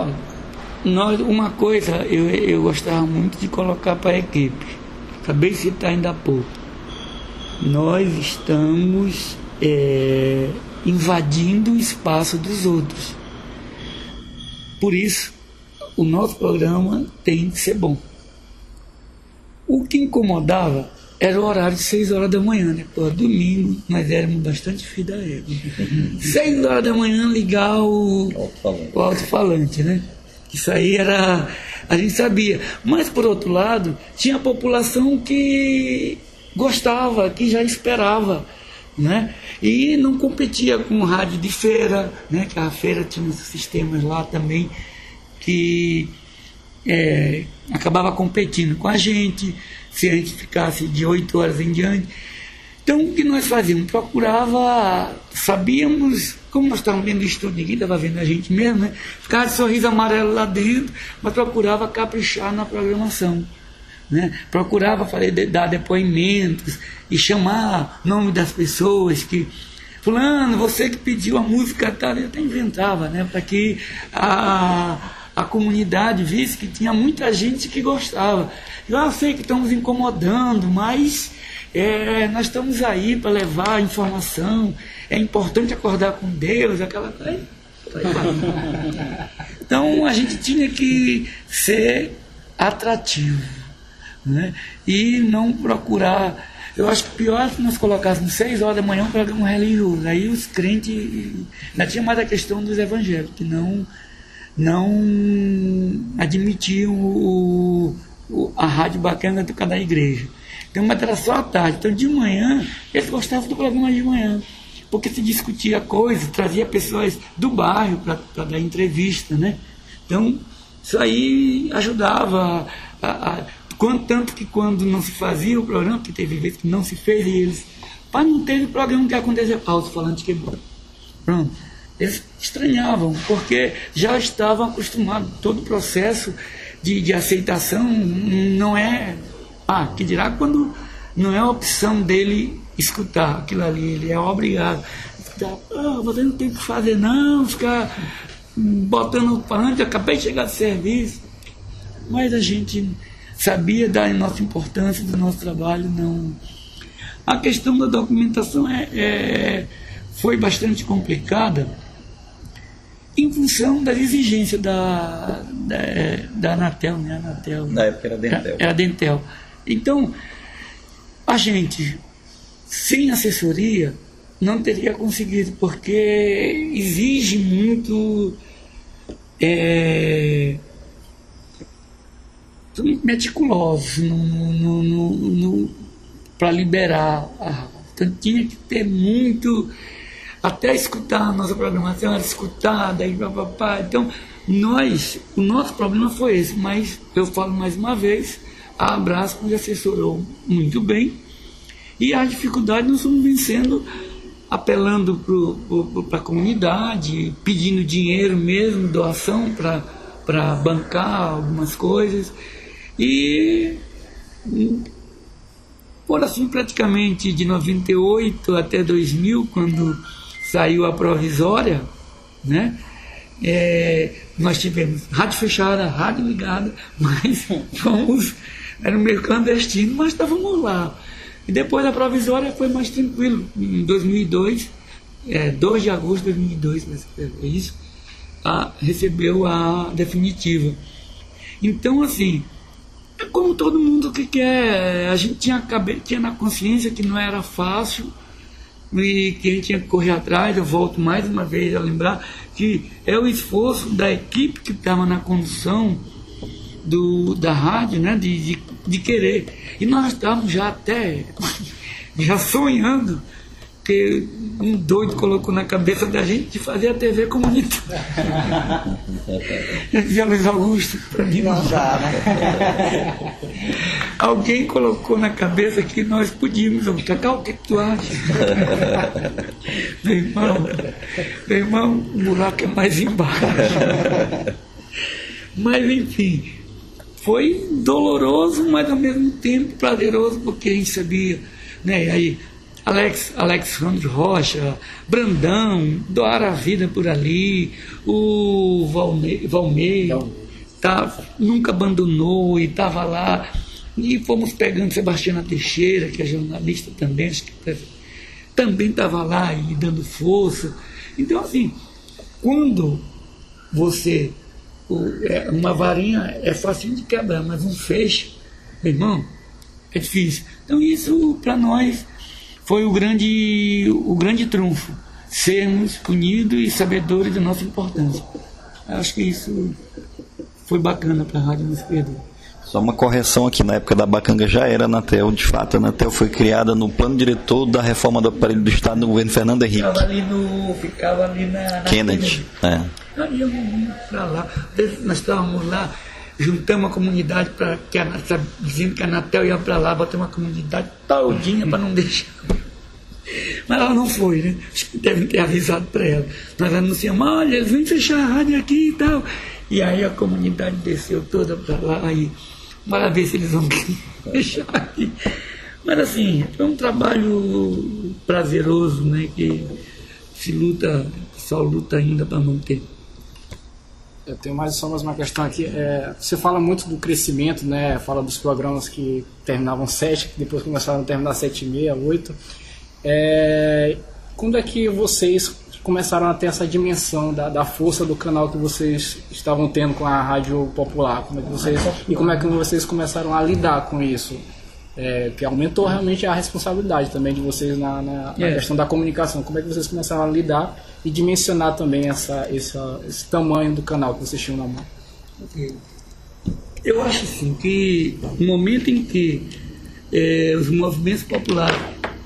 uma coisa eu gostava muito de colocar para a equipe, acabei de citar ainda há pouco. Nós estamos invadindo o espaço dos outros. Por isso, o nosso programa tem que ser bom. O que incomodava era o horário de 6 horas da manhã, né? Pô, domingo, nós éramos bastante filhos da época. 6 horas da manhã ligar o alto-falante, né? Isso aí era... a gente sabia. Mas, por outro lado, tinha a população que gostava, que já esperava, né? E não competia com rádio de feira, né? Que a feira tinha uns sistemas lá também que acabava competindo com a gente, se a gente ficasse de 8 horas em diante. Então, o que nós fazíamos? Sabíamos, como nós estávamos dentro do estúdio, ninguém estava vendo a gente mesmo, né? Ficava de sorriso amarelo lá dentro, mas procurava caprichar na programação, né? Procurava dar depoimentos e chamar o nome das pessoas que... Fulano, você que pediu a música tal, eu até inventava, né? Para que a comunidade visse que tinha muita gente que gostava. Eu sei que estamos incomodando, mas nós estamos aí para levar a informação, é importante acordar com Deus, aquela coisa. Então a gente tinha que ser atrativo, né? E não procurar. Eu acho que pior se nós colocássemos 6 horas da manhã um programa religioso. Aí os crentes, ainda tinha mais a questão dos evangélicos, que não admitiam a Rádio Bacanga do cada igreja. Então, mas era só à tarde. Então, de manhã, eles gostavam do programa de manhã, porque se discutia coisas, trazia pessoas do bairro para dar entrevista, né? Então, isso aí ajudava tanto que quando não se fazia o programa, que teve vezes que não se fez, e eles, não teve programa que aconteceu, alto-falante quebrou. Pronto. Eles estranhavam, porque já estavam acostumados, todo o processo de aceitação não é, que dirá quando não é a opção dele escutar aquilo ali, ele é obrigado a escutar, você não tem que fazer não, ficar botando o falante, acabei de chegar de serviço, mas a gente sabia da nossa importância, do nosso trabalho, não. A questão da documentação foi bastante complicada, em função da exigência da Anatel, né? Anatel, na época era Dentel. Era Dentel. Então, a gente, sem assessoria, não teria conseguido, porque exige muito meticulosos para liberar. Então, tinha que ter muito... Até escutar a nossa programação, era escutada, e papapá. Então, o nosso problema foi esse, mas eu falo mais uma vez, a Abraço nos assessorou muito bem, e as dificuldades nós estamos vencendo, apelando para a comunidade, pedindo dinheiro mesmo, doação para bancar algumas coisas, e por assim praticamente de 98 até 2000, quando saiu a provisória, né? Nós tivemos rádio fechada, rádio ligada, mas era um meio clandestino, mas estávamos lá. E depois da provisória foi mais tranquilo. Em 2002, 2 de agosto de 2002, é isso, recebeu a definitiva. Então, assim, é como todo mundo que quer. A gente tinha na consciência que não era fácil, e que a gente tinha que correr atrás. Eu volto mais uma vez a lembrar que é o esforço da equipe que estava na condução da rádio, né, de querer. E nós estávamos já sonhando, que um doido colocou na cabeça da gente de fazer a TV comunitária. Dizia Luiz Augusto, para mim não dá, né? Alguém colocou na cabeça que nós podíamos, o que tu acha? Meu irmão, o buraco é mais embaixo. Mas enfim, foi doloroso, mas ao mesmo tempo prazeroso, porque a gente sabia, né? Aí Alexandre Rocha, Brandão, doaram a vida por ali, o Valmir nunca abandonou e estava lá, e fomos pegando Sebastiana Teixeira, que é jornalista também, acho que também estava lá e dando força. Então, assim, quando você... uma varinha é fácil de quebrar, mas um feixe, meu irmão, é difícil. Então, isso para nós foi o grande trunfo, sermos unidos e sabedores da nossa importância. Eu acho que isso foi bacana para a Rádio Não Se Perder. Só uma correção aqui, na época da Bacanga já era Anatel, de fato. A Anatel foi criada no plano diretor da reforma do aparelho do Estado no governo Fernando Henrique. Ficava ali na Kennedy. Aí eu vim para lá, nós estávamos lá, juntamos a comunidade, dizendo que a Anatel ia para lá, botamos uma comunidade todinha para não deixar. Mas ela não foi, né? Acho que devem ter avisado para ela. Nós anunciamos, olha, eles vêm fechar a rádio aqui e tal. E aí a comunidade desceu toda para lá, aí, para ver se eles vão fechar aqui. Mas assim, foi um trabalho prazeroso, né? Que só luta ainda para manter. Eu tenho só mais uma questão aqui. Você fala muito do crescimento, né? Fala dos programas que terminavam 7, que depois começaram a terminar 7h30, 8. Quando é que vocês começaram a ter essa dimensão da força do canal que vocês estavam tendo com a Rádio Popular? Como é que vocês começaram a lidar com isso? Que aumentou realmente a responsabilidade também de vocês na questão da comunicação. Como é que vocês começaram a lidar e dimensionar também esse tamanho do canal que vocês tinham na mão? Eu acho assim que no momento em que os movimentos populares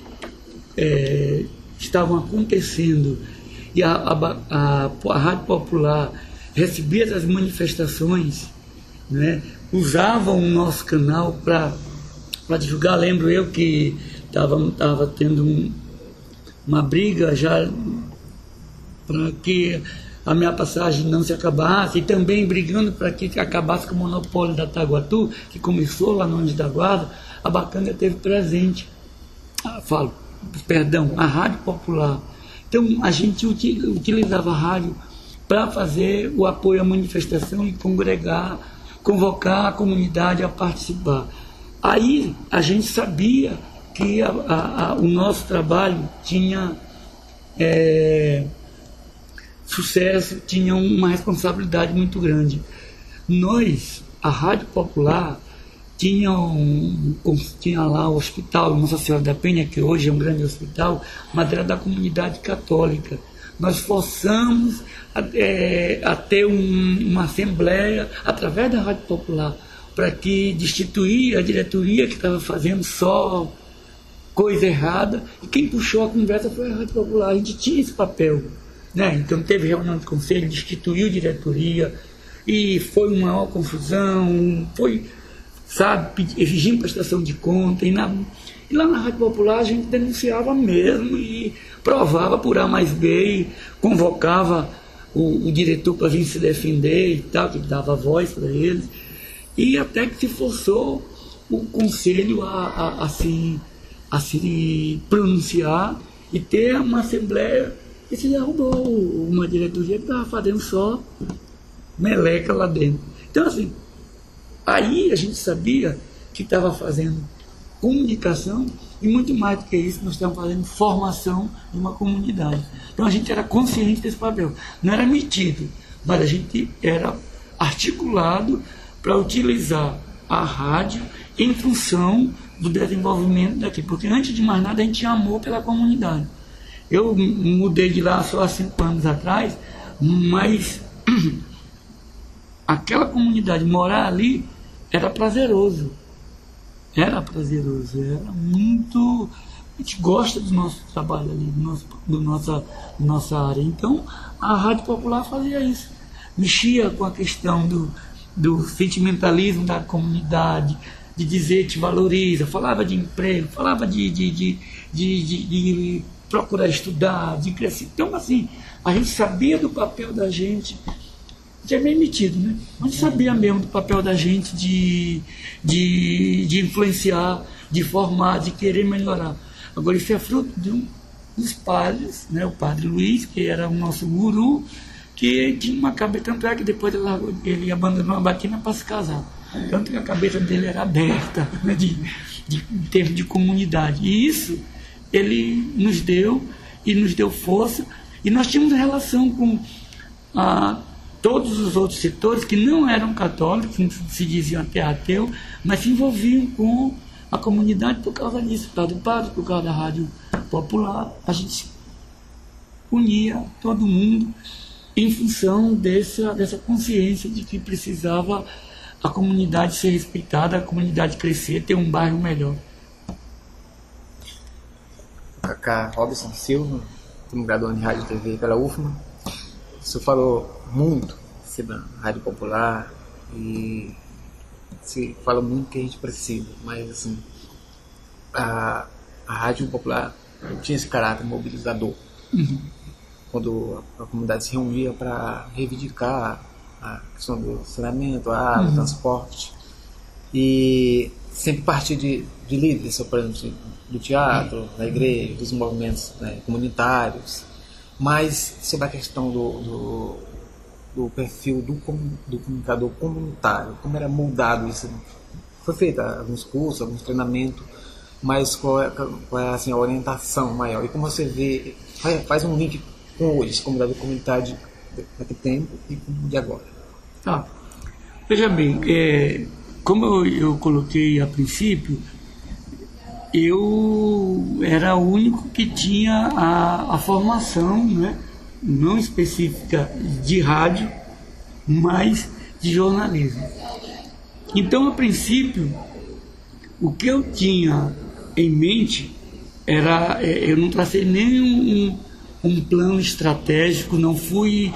estavam acontecendo e a Rádio Popular recebia as manifestações, né, usavam o nosso canal para divulgar. Lembro eu que estava tendo uma briga já para que a minha passagem não se acabasse, e também brigando para que acabasse com o monopólio da Taguatu, que começou lá no Anjo da Guarda. A Bacanga teve presente, a Rádio Popular. Então a gente utilizava a rádio para fazer o apoio à manifestação e convocar a comunidade a participar. Aí a gente sabia que o nosso trabalho tinha sucesso, tinha uma responsabilidade muito grande. Nós, a Rádio Popular, tinha lá o hospital Nossa Senhora da Penha, que hoje é um grande hospital, mas era da comunidade católica. Nós forçamos a ter uma assembleia através da Rádio Popular, para que destituir a diretoria que estava fazendo só coisa errada, e quem puxou a conversa foi a Rádio Popular. A gente tinha esse papel, né? Então teve reunião de conselho, destituiu a diretoria, e foi uma maior confusão, exigindo prestação de conta, e lá na Rádio Popular a gente denunciava mesmo, e provava por A mais B, e convocava o diretor para vir se defender e tal, que dava voz para eles, e até que se forçou o conselho a se pronunciar e ter uma assembleia, e se derrubou uma diretoria que estava fazendo só meleca lá dentro. Então, assim, aí a gente sabia que estava fazendo comunicação, e muito mais do que isso, nós estávamos fazendo formação de uma comunidade. Então a gente era consciente desse papel. Não era metido, mas a gente era articulado para utilizar a rádio em função do desenvolvimento daqui. Porque antes de mais nada a gente tinha amor pela comunidade. Eu mudei de lá só há 5 anos atrás, mas aquela comunidade, morar ali, era prazeroso. Era muito... A gente gosta do nosso trabalho ali, nossa área. Então, a Rádio Popular fazia isso. Mexia com a questão do sentimentalismo da comunidade, de dizer que valoriza, falava de emprego, falava de procurar estudar, de crescer. Então, assim, a gente sabia do papel da gente, que é meio metido, né? A gente sabia mesmo do papel da gente de influenciar, de formar, de querer melhorar. Agora, isso é fruto dos padres, né? O padre Luiz, que era o nosso guru, que tinha uma cabeça, tanto é que depois ele abandonou a batina para se casar. Tanto que a cabeça dele era aberta, né? em termos de comunidade. E isso ele nos deu, e nos deu força, e nós tínhamos relação com todos os outros setores que não eram católicos, se diziam até ateu, mas se envolviam com a comunidade por causa disso, por causa do padre, por causa da Rádio Popular. A gente unia todo mundo em função dessa consciência de que precisava a comunidade ser respeitada, a comunidade crescer, ter um bairro melhor. Cacá Robson Silva, como graduando em Rádio e TV pela UFMA. Você falou muito sobre a Rádio Popular e se fala muito que a gente precisa, mas assim, a Rádio Popular tinha esse caráter mobilizador. Quando a comunidade se reunia para reivindicar a questão do saneamento, a água, o transporte, e sempre partir de líderes, por exemplo, do teatro, da igreja, dos movimentos, né, comunitários, mas sobre a questão do perfil do comunicador comunitário, como era moldado isso. Foi feito alguns cursos, alguns treinamentos, mas qual é assim, a orientação maior? E como você vê, faz um link com hoje, esse comunicador comunitário daquele tempo e de agora. Tá. Veja bem, como eu coloquei a princípio, eu era o único que tinha a formação, né, não específica de rádio, mas de jornalismo. Então, a princípio, o que eu tinha em mente era, eu não tracei nem um plano estratégico, não foi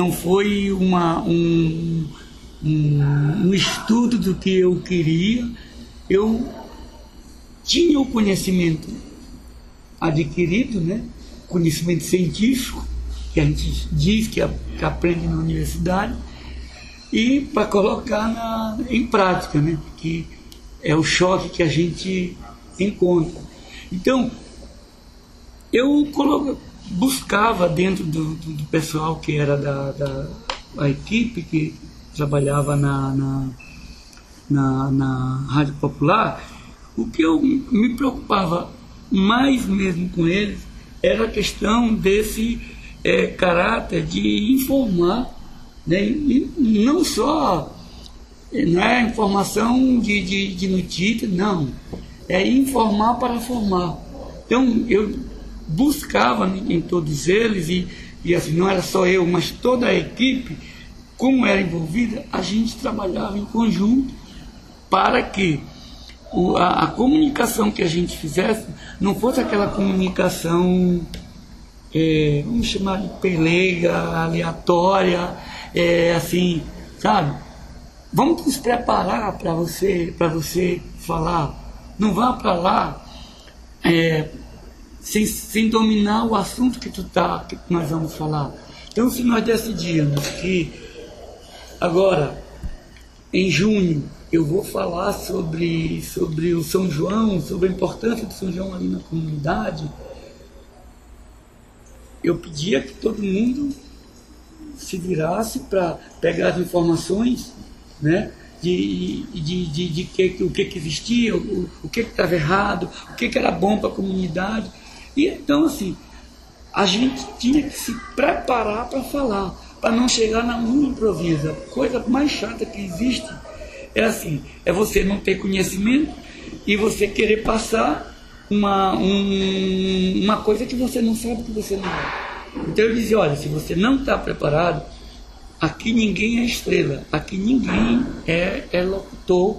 um estudo do que eu queria. Eu tinha o conhecimento adquirido, né? Conhecimento científico, que a gente diz que aprende na universidade, e para colocar em prática, né? Que é o choque que a gente encontra. Então, eu buscava dentro do pessoal que era da equipe que trabalhava na Rádio Popular, o que eu me preocupava mais mesmo com eles era a questão desse caráter de informar, né? E não só informação de notícia, não, é informar para formar. Então eu buscava em todos eles, e assim, não era só eu, mas toda a equipe, como era envolvida, a gente trabalhava em conjunto para que a comunicação que a gente fizesse não fosse aquela comunicação, vamos chamar de peleiga, aleatória, assim, sabe? Vamos nos preparar para você falar. Não vá para lá sem dominar o assunto que nós vamos falar. Então, se nós decidimos que agora, em junho, eu vou falar sobre o São João, sobre a importância do São João ali na comunidade, eu pedia que todo mundo se virasse para pegar as informações, né, o que existia, o que estava errado, o que era bom para a comunidade. E então, assim, a gente tinha que se preparar para falar, para não chegar no improviso. A coisa mais chata que existe é assim, é você não ter conhecimento e você querer passar uma coisa que você não sabe que você não é. Então eu dizia, olha, se você não está preparado, aqui ninguém é estrela, aqui ninguém é locutor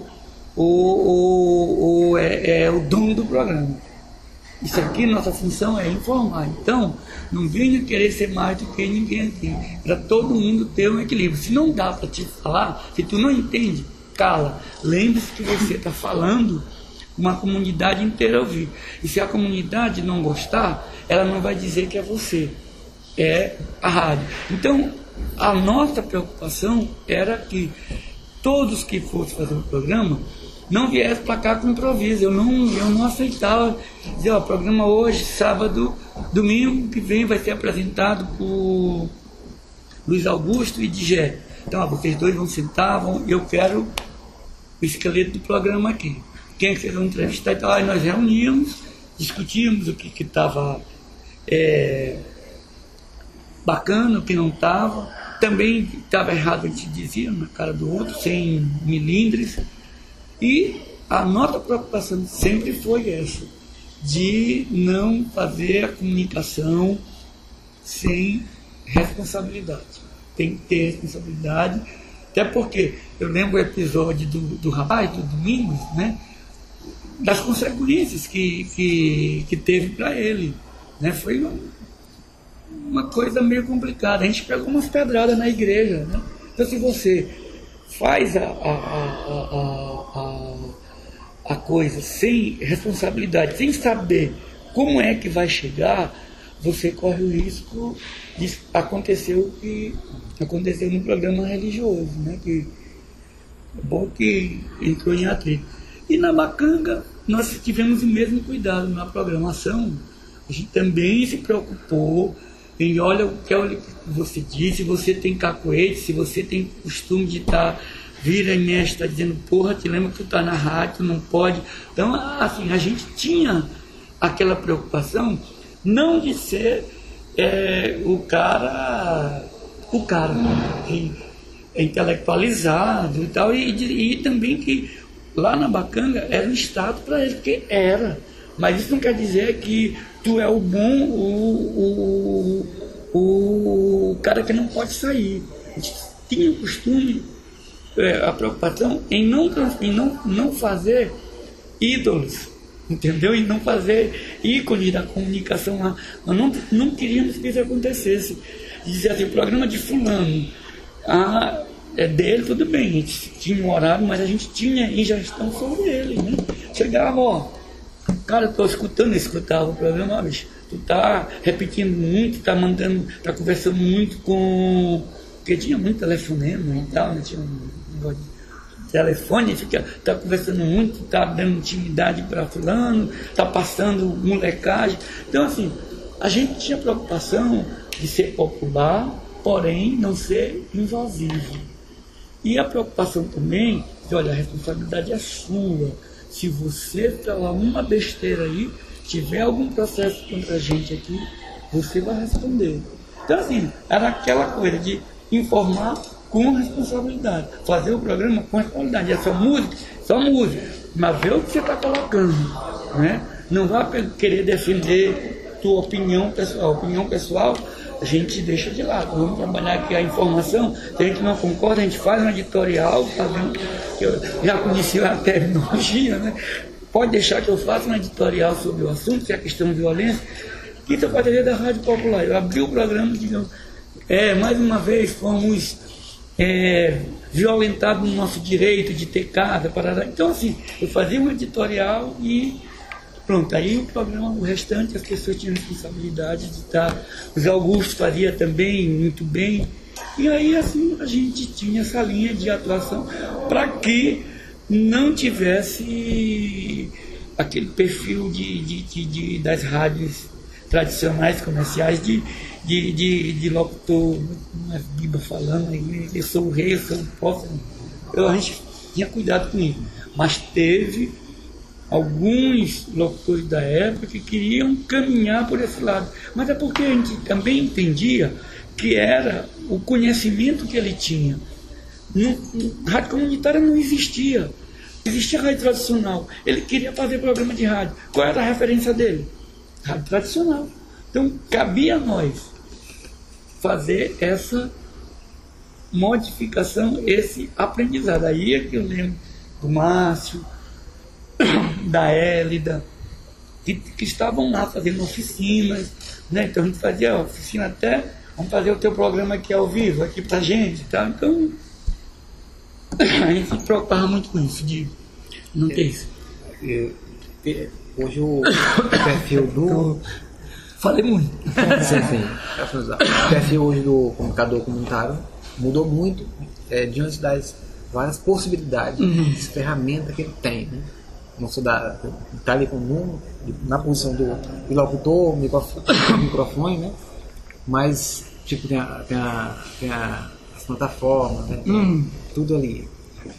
ou é o dono do programa. Isso aqui, nossa função é informar. Então, não venha querer ser mais do que ninguém aqui, para todo mundo ter um equilíbrio. Se não dá para te falar, se tu não entende, cala. Lembre-se que você está falando uma comunidade inteira ouvir. E se a comunidade não gostar, ela não vai dizer que é você, é a rádio. Então, a nossa preocupação era que todos que fossem fazer o programa não viessem para cá com improviso. Eu não aceitava dizer, o programa hoje, sábado, domingo que vem vai ser apresentado por Luiz Augusto e Digé. Então, vocês dois vão sentar, eu quero o esqueleto do programa aqui. Quem é que vocês vão entrevistar? Então, aí nós reuníamos, discutíamos o que estava bacana, o que não estava. Também estava errado, a gente dizia, na cara do outro, sem milindres. E a nossa preocupação sempre foi essa, de não fazer a comunicação sem responsabilidade. Tem que ter responsabilidade, até porque eu lembro o episódio do rapaz, do Domingos, né, das consequências que teve para ele, né, foi uma coisa meio complicada. A gente pegou umas pedradas na igreja, né? Então, se você faz a coisa sem responsabilidade, sem saber como é que vai chegar, você corre o risco de acontecer o que aconteceu no programa religioso, né? Que é bom que entrou em atrito. E na Bacanga nós tivemos o mesmo cuidado na programação. A gente também se preocupou em, olha o que você disse, se você tem cacoete, se você tem costume de estar vira e mexe, está dizendo, porra, te lembra que tu tá na rádio, tu não pode. Então, assim, a gente tinha aquela preocupação, não de ser o cara que é intelectualizado e tal, e também que lá na Bacanga era um estado para ele, porque era. Mas isso não quer dizer que tu é o bom, o cara que não pode sair. A gente tinha o costume, a preocupação em não fazer ídolos, entendeu? E não fazer ícones da comunicação lá. Nós não queríamos que isso acontecesse. Dizer assim, o programa de fulano, é dele, tudo bem, a gente tinha um horário, mas a gente tinha ingestão sobre ele, né? Chegava, ó, cara, eu tô escutava o programa, bicho, tu tá repetindo muito, tá conversando muito com... Porque tinha muito telefonema e tal, né? Tinha um negócio de telefone, tá conversando muito, tá dando intimidade para fulano, tá passando molecagem. Então, assim, a gente tinha preocupação de ser popular, porém não ser invasivo. E a preocupação também de, olha, a responsabilidade é sua. Se você falar uma besteira aí, tiver algum processo contra a gente aqui, você vai responder. Então, assim, era aquela coisa de informar com responsabilidade, fazer o programa com responsabilidade. É só música, mas vê o que você está colocando, né? Não vá querer defender tua opinião pessoal. Opinião pessoal a gente deixa de lado. Vamos trabalhar aqui a informação. Se a gente não concorda, a gente faz um editorial, eu já conheci a terminologia, né? Pode deixar que eu faça um editorial sobre o assunto, que é a questão de violência. Isso é parceria da Rádio Popular. Eu abri o programa e digo, mais uma vez fomos violentados no nosso direito de ter casa. Então, assim, eu fazia um editorial e pronto, aí o programa, o restante, as pessoas tinham responsabilidade de estar. O Zé Augusto fazia também muito bem. E aí, assim, a gente tinha essa linha de atuação para que não tivesse aquele perfil das rádios tradicionais, comerciais, de locutor, uma Bíblia falando, eu sou o rei, eu sou o povo. A gente tinha cuidado com isso. Mas teve alguns locutores da época que queriam caminhar por esse lado. Mas é porque a gente também entendia que era o conhecimento que ele tinha. Rádio comunitária não existia. Existia rádio tradicional. Ele queria fazer programa de rádio. Qual era a referência dele? Rádio tradicional. Então, cabia a nós fazer essa modificação, esse aprendizado. Aí é que eu lembro do Márcio, da Hélida, que estavam lá fazendo oficinas, né? Então a gente fazia oficina até, vamos fazer o teu programa aqui ao vivo, aqui pra gente, tá? Então a gente se preocupava muito com isso, de não ter isso. Hoje o perfil do... Falei muito. Sim. O perfil hoje do comunicador comunitário mudou muito diante das várias possibilidades, de ferramenta que ele tem, né? Não sou tá ali com o número, na posição do locutor, microfone, né? Mas, tipo, tem as plataformas, né? Tudo ali.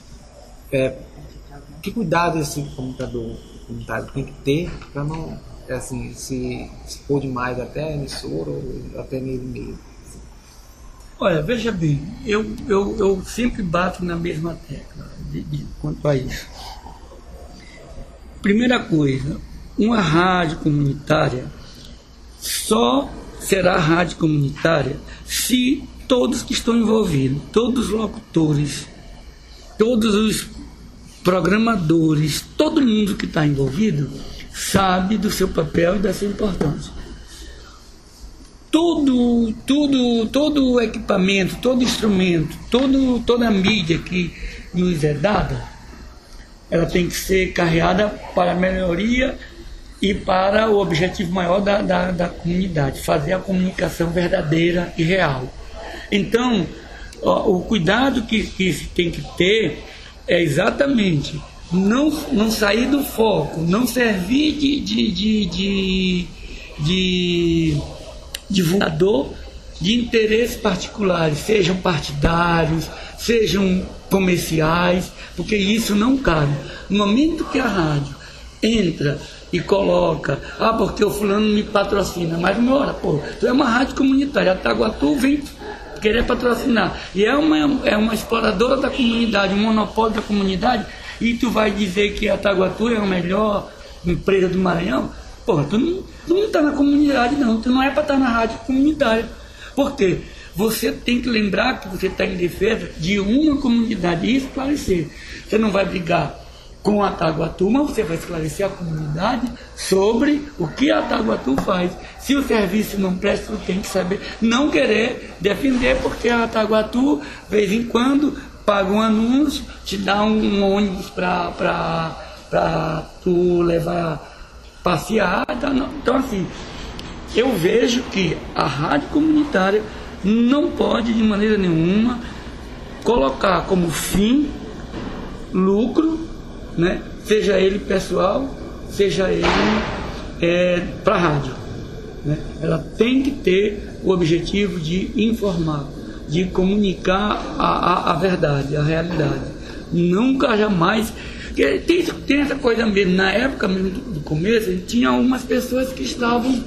Que cuidado esse comunicador comunitário tem que ter para não, assim, se expor demais até a emissora ou até nele mesmo? Olha, veja bem, eu sempre bato na mesma tecla quanto a isso. Primeira coisa, uma rádio comunitária só será rádio comunitária se todos que estão envolvidos, todos os locutores, todos os programadores, todo mundo que está envolvido sabe do seu papel e da sua importância. Todo o equipamento, todo instrumento, toda a mídia que nos é dada, ela tem que ser carreada para a melhoria e para o objetivo maior da comunidade, fazer a comunicação verdadeira e real. Então, o cuidado que se tem que ter é exatamente não sair do foco, não servir de divulgador de interesses particulares, sejam partidários, sejam comerciais, porque isso não cabe. No momento que a rádio entra e coloca, porque o fulano me patrocina, mas uma hora, tu é uma rádio comunitária, a Taguatu vem querer patrocinar, e é uma exploradora da comunidade, um monopólio da comunidade, e tu vai dizer que a Taguatu é a melhor empresa do Maranhão? Tu não está na comunidade, não. Tu não é para estar na rádio comunitária. Por quê? Você tem que lembrar que você está em defesa de uma comunidade e esclarecer. Você não vai brigar com a Ataguatu, mas você vai esclarecer a comunidade sobre o que a Ataguatu faz. Se o serviço não presta, você tem que saber, não querer defender, porque a Ataguatu, de vez em quando, paga um anúncio, te dá um ônibus para tu levar, passear. Então, assim, eu vejo que a rádio comunitária não pode, de maneira nenhuma, colocar como fim lucro, né? Seja ele pessoal, seja ele para a rádio, né? Ela tem que ter o objetivo de informar, de comunicar a verdade, a realidade. Nunca, jamais. Tem essa coisa mesmo, na época mesmo do começo, tinha algumas pessoas que estavam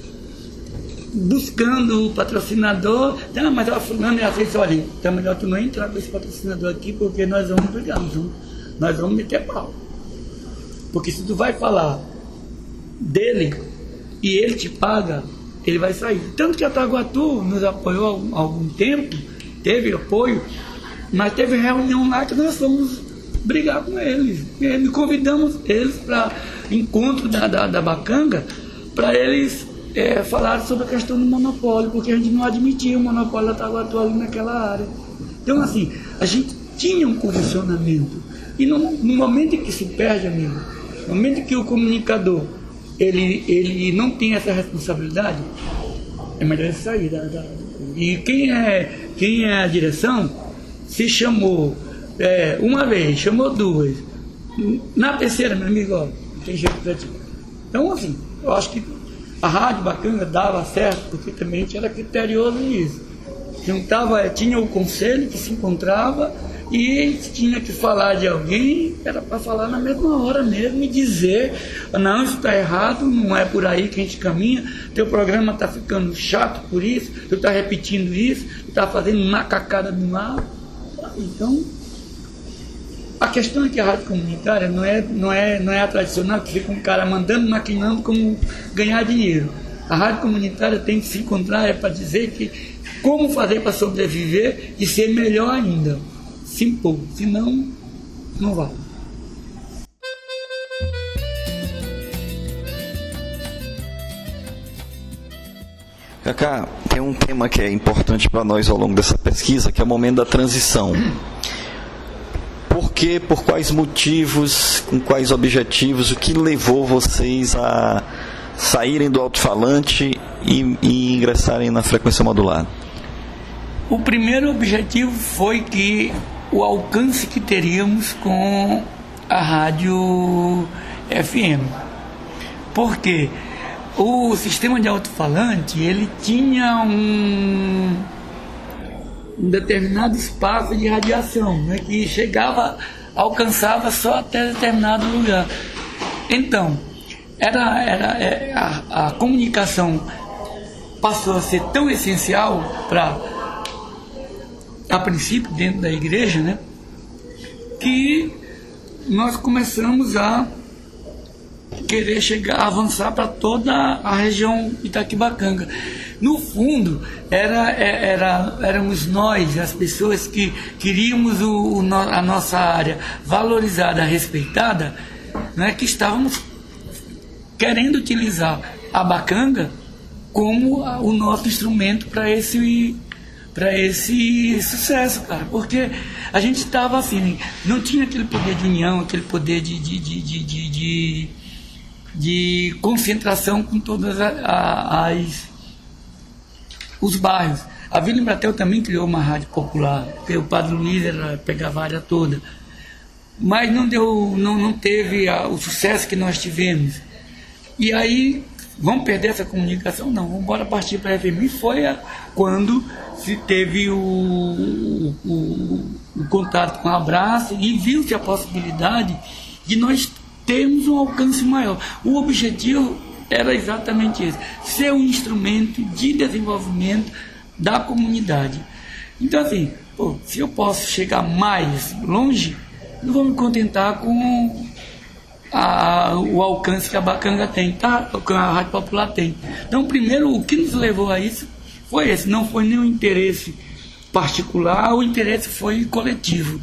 buscando o patrocinador. Mas a fulana é assim, olha, então é melhor tu não entrar com esse patrocinador aqui, porque nós vamos brigar, nós vamos meter pau. Porque se tu vai falar dele e ele te paga, ele vai sair. Tanto que a Ataguatu nos apoiou há algum tempo, teve apoio, mas teve reunião lá que nós fomos brigar com eles. E convidamos eles para encontro da Bacanga, para eles falarem sobre a questão do monopólio, porque a gente não admitia o monopólio da Ataguatu ali naquela área. Então, assim, a gente tinha um posicionamento. E no momento em que se perde, amigo, no momento em que o comunicador ele não tem essa responsabilidade, é melhor ele sair. E quem é a direção, se chamou uma vez, chamou duas, na terceira, meu amigo, ó, não tem jeito pra ti. Então, assim, eu acho que a Rádio Bacanga dava certo, porque também a gente era criterioso nisso. Tinha o conselho que se encontrava e tinha que falar de alguém, era para falar na mesma hora mesmo e dizer, não, isso está errado, não é por aí que a gente caminha, teu programa está ficando chato por isso, tu está repetindo isso, tu está fazendo macacada do lado. Então, a questão é que a rádio comunitária não é a tradicional, que fica um cara mandando, maquinando como ganhar dinheiro. A rádio comunitária tem que se encontrar para dizer que como fazer para sobreviver e ser melhor ainda. Se impor, senão não vai. Cacá, tem um tema que é importante para nós ao longo dessa pesquisa, que é o momento da transição. Por quê? Por quais motivos, com quais objetivos, o que levou vocês a saírem do alto-falante e ingressarem na frequência modular? O primeiro objetivo foi que o alcance que teríamos com a rádio FM. Porque o sistema de alto-falante, ele tinha um determinado espaço de radiação, né, que alcançava só até determinado lugar. Então, a comunicação passou a ser tão essencial a princípio dentro da igreja, né, que nós começamos a querer avançar para toda a região Itaquibacanga. No fundo, éramos nós, as pessoas que queríamos a nossa área valorizada, respeitada, né, que estávamos querendo utilizar a Bacanga como o nosso instrumento para esse sucesso, cara, porque a gente estava assim, não tinha aquele poder de união, aquele poder de concentração com todas os bairros. A Vila Embratel também criou uma rádio popular, porque o Padre Luiz pegava a área toda, mas não teve o sucesso que nós tivemos. E aí, vamos perder essa comunicação? Não, vamos embora partir para a FM. E foi quando se teve o contato com a Abraço e viu-se a possibilidade de nós termos um alcance maior. O objetivo era exatamente esse, ser um instrumento de desenvolvimento da comunidade. Então, assim, se eu posso chegar mais longe, não vou me contentar com o alcance que a Bacanga tem, tá? Que a Rádio Popular tem. Então, primeiro, o que nos levou a isso foi esse, não foi nenhum interesse particular, o interesse foi coletivo.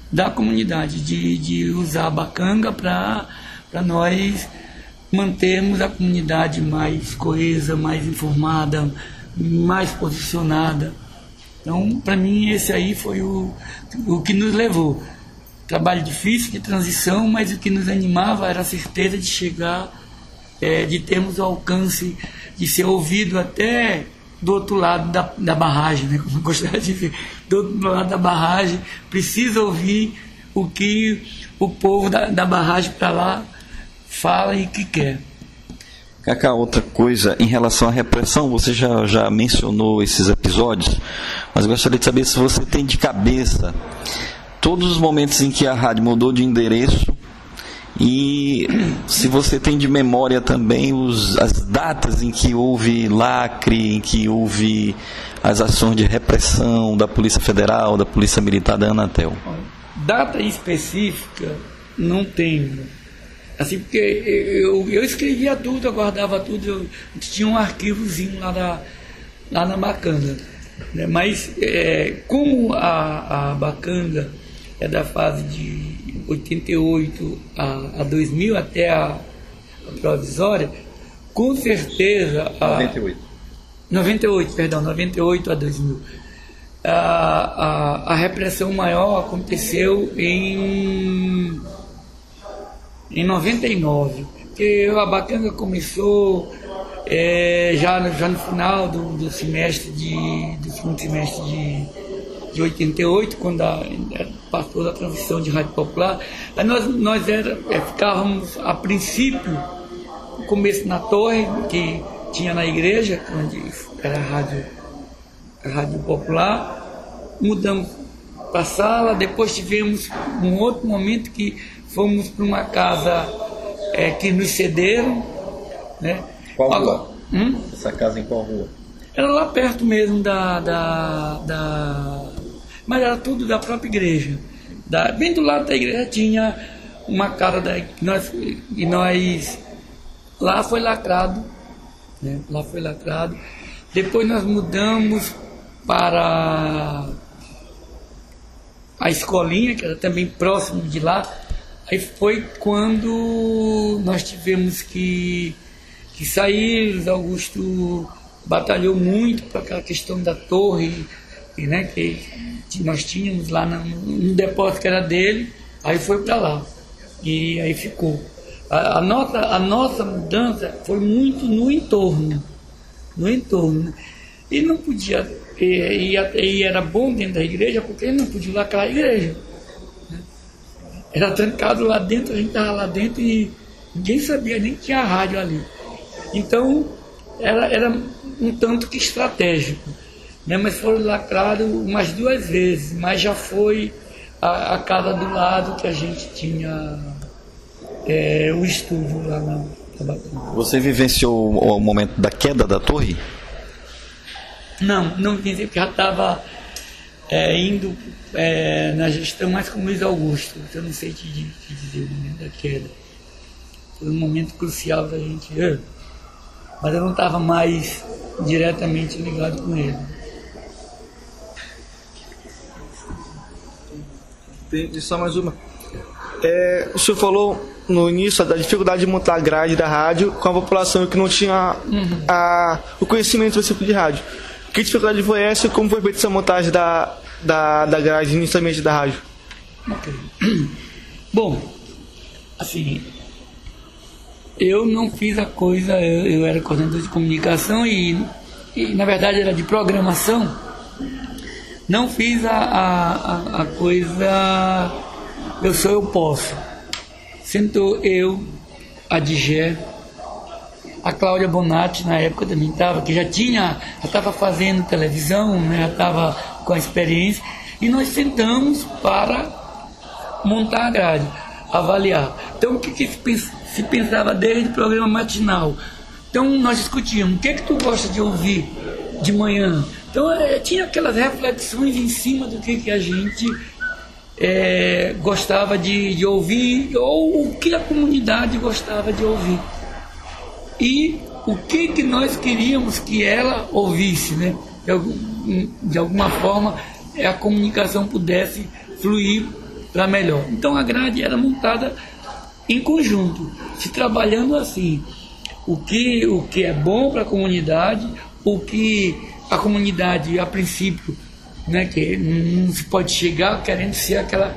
da comunidade, de usar a Bacanga para nós mantermos a comunidade mais coesa, mais informada, mais posicionada. Então, para mim, esse aí foi o que nos levou. Trabalho difícil de transição, mas o que nos animava era a certeza de chegar, de termos o alcance, de ser ouvido até do outro lado da barragem, né? Como eu gostaria de dizer, do outro lado da barragem, precisa ouvir o que o povo da barragem para lá fala e que quer. Cacá, outra coisa, em relação à repressão, você já mencionou esses episódios, mas eu gostaria de saber se você tem de cabeça todos os momentos em que a rádio mudou de endereço e se você tem de memória também as datas em que houve lacre, em que houve as ações de repressão da Polícia Federal, da Polícia Militar, da Anatel. Data específica não tenho. Assim, porque eu escrevia tudo, eu guardava tudo, eu tinha um arquivozinho lá na Bacanga. Né? Mas como a Bacanga é da fase de 88 a 2000 até a provisória, com certeza... 98 a 2000. A repressão maior aconteceu em 99, porque a Bacanga começou já no final do segundo semestre de 88, quando passou da transição de rádio popular. Aí nós ficávamos, a princípio, no começo na torre, que tinha na igreja, onde era a rádio popular, mudamos para a sala, depois tivemos um outro momento que fomos para uma casa que nos cederam. Né? Qual rua? Essa casa em qual rua? Era lá perto mesmo mas era tudo da própria igreja. Bem do lado da igreja tinha uma casa e nós lá foi lacrado. Né? Lá foi lacrado. Depois nós mudamos para a escolinha, que era também próximo de lá. Aí foi quando nós tivemos que sair. O Augusto batalhou muito para aquela questão da torre, né, que nós tínhamos lá no depósito que era dele. Aí foi para lá e aí ficou. A nossa mudança foi muito no entorno. E não podia, e era bom dentro da igreja, porque ele não podia lacrar a igreja. Era trancado lá dentro, a gente estava lá dentro e ninguém sabia, nem tinha rádio ali. Então, era um tanto que estratégico. Né? Mas foram lacrados umas 2 vezes, mas já foi a casa do lado que a gente tinha o estúdio lá na Bacanga. Você vivenciou o momento da queda da torre? Não vivenciei, porque já estava indo na gestão mais com o Luiz Augusto. Eu não sei te dizer o momento da queda. Foi um momento crucial da gente. Mas eu não estava mais diretamente ligado com ele. Tem só mais uma. O senhor falou no início da dificuldade de montar a grade da rádio com a população que não tinha o conhecimento específico de rádio. Que dificuldade foi essa e como foi feita essa montagem da grade inicialmente da rádio? Ok. Bom, assim, eu não fiz a coisa, eu era coordenador de comunicação e na verdade era de programação. Não fiz a coisa eu posso. Sentou eu, a Digé, a Cláudia Bonatti, na época também estava, que já estava fazendo televisão, né, já estava com a experiência, e nós sentamos para montar a grade, avaliar. Então, o que se pensava desde o programa matinal? Então, nós discutíamos, o que tu gosta de ouvir de manhã? Então, tinha aquelas reflexões em cima do que a gente gostava de ouvir, ou o que a comunidade gostava de ouvir. E o que nós queríamos que ela ouvisse, né? De alguma forma, a comunicação pudesse fluir para melhor. Então a grade era montada em conjunto, se trabalhando assim, o que é bom para a comunidade, o que a comunidade, a princípio, né, que não se pode chegar querendo ser aquela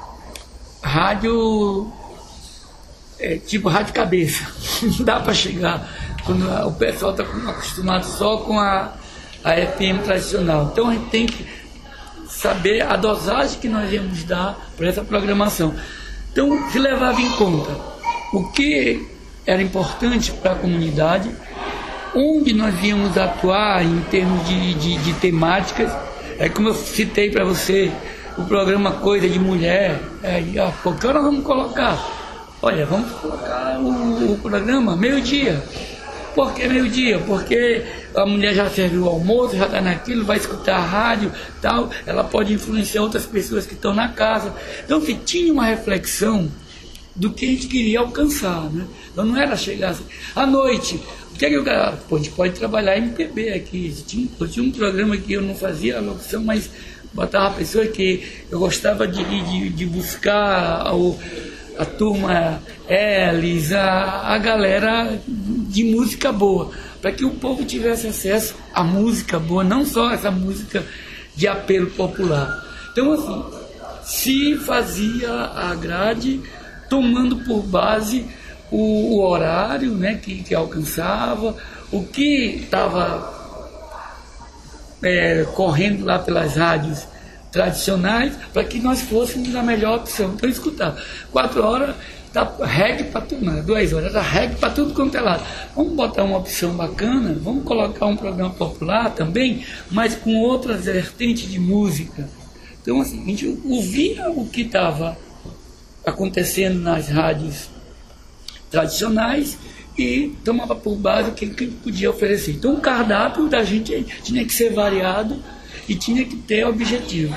rádio, tipo rádio cabeça, não dá para chegar quando o pessoal está acostumado só com a FM tradicional. Então a gente tem que saber a dosagem que nós íamos dar para essa programação. Então se levava em conta o que era importante para a comunidade, onde nós íamos atuar em termos de temáticas. Como eu citei para você, o programa Coisa de Mulher, por que nós vamos colocar? Olha, vamos colocar o programa meio-dia. Por que meio-dia? Porque a mulher já serviu o almoço, já está naquilo, vai escutar a rádio, tal, ela pode influenciar outras pessoas que estão na casa. Então, se tinha uma reflexão do que a gente queria alcançar, né? Então, não era chegar assim, à noite, o que é que eu quero? Pô, a gente pode trabalhar MPB aqui. Eu tinha um programa que eu não fazia a locução, mas botava pessoas que eu gostava de buscar a turma Elis, a galera de música boa, para que o povo tivesse acesso à música boa, não só essa música de apelo popular. Então, assim, se fazia a grade tomando por base o horário, né, que alcançava, o que estava correndo lá pelas rádios tradicionais, para que nós fôssemos a melhor opção. Então, escutar 4 horas, tá reggae para tudo, não, 2 horas, tá reggae para tudo quanto é lado. Vamos botar uma opção bacana, vamos colocar um programa popular também, mas com outras vertentes de música. Então, assim, a gente ouvia o que estava acontecendo nas rádios tradicionais e tomava por base aquilo que podia oferecer. Então, o cardápio da gente tinha que ser variado e tinha que ter objetivo.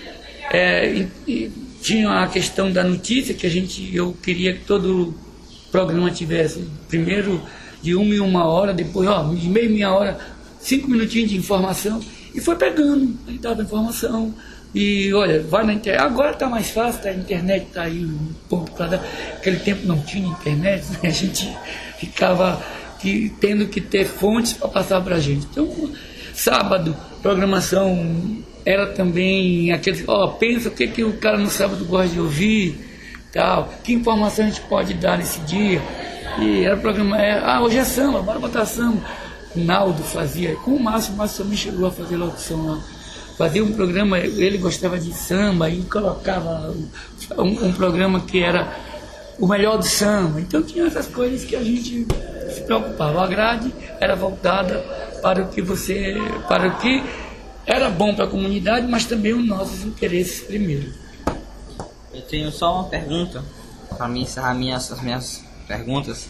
E tinha a questão da notícia, que eu queria que todo programa tivesse, primeiro de 1 em 1 hora, depois de meia hora, 5 minutinhos de informação, e foi pegando, aí dava informação. E olha, vai na internet, agora está mais fácil, a internet está aí, aquele tempo não tinha internet, né? A gente ficava tendo que ter fontes para passar para a gente. Então, sábado, programação era também aquele, pensa o que o cara no sábado gosta de ouvir, tal, que informação a gente pode dar nesse dia. E era programa, hoje é samba, bora botar samba. O Naldo fazia, com o Márcio também chegou a fazer locução lá. Fazia um programa, ele gostava de samba e colocava um programa que era o melhor do samba. Então tinha essas coisas que a gente se preocupava. A grade era voltada para o que era bom para a comunidade, mas também os nossos interesses primeiro. Eu tenho só uma pergunta, para mim encerrar as minhas perguntas.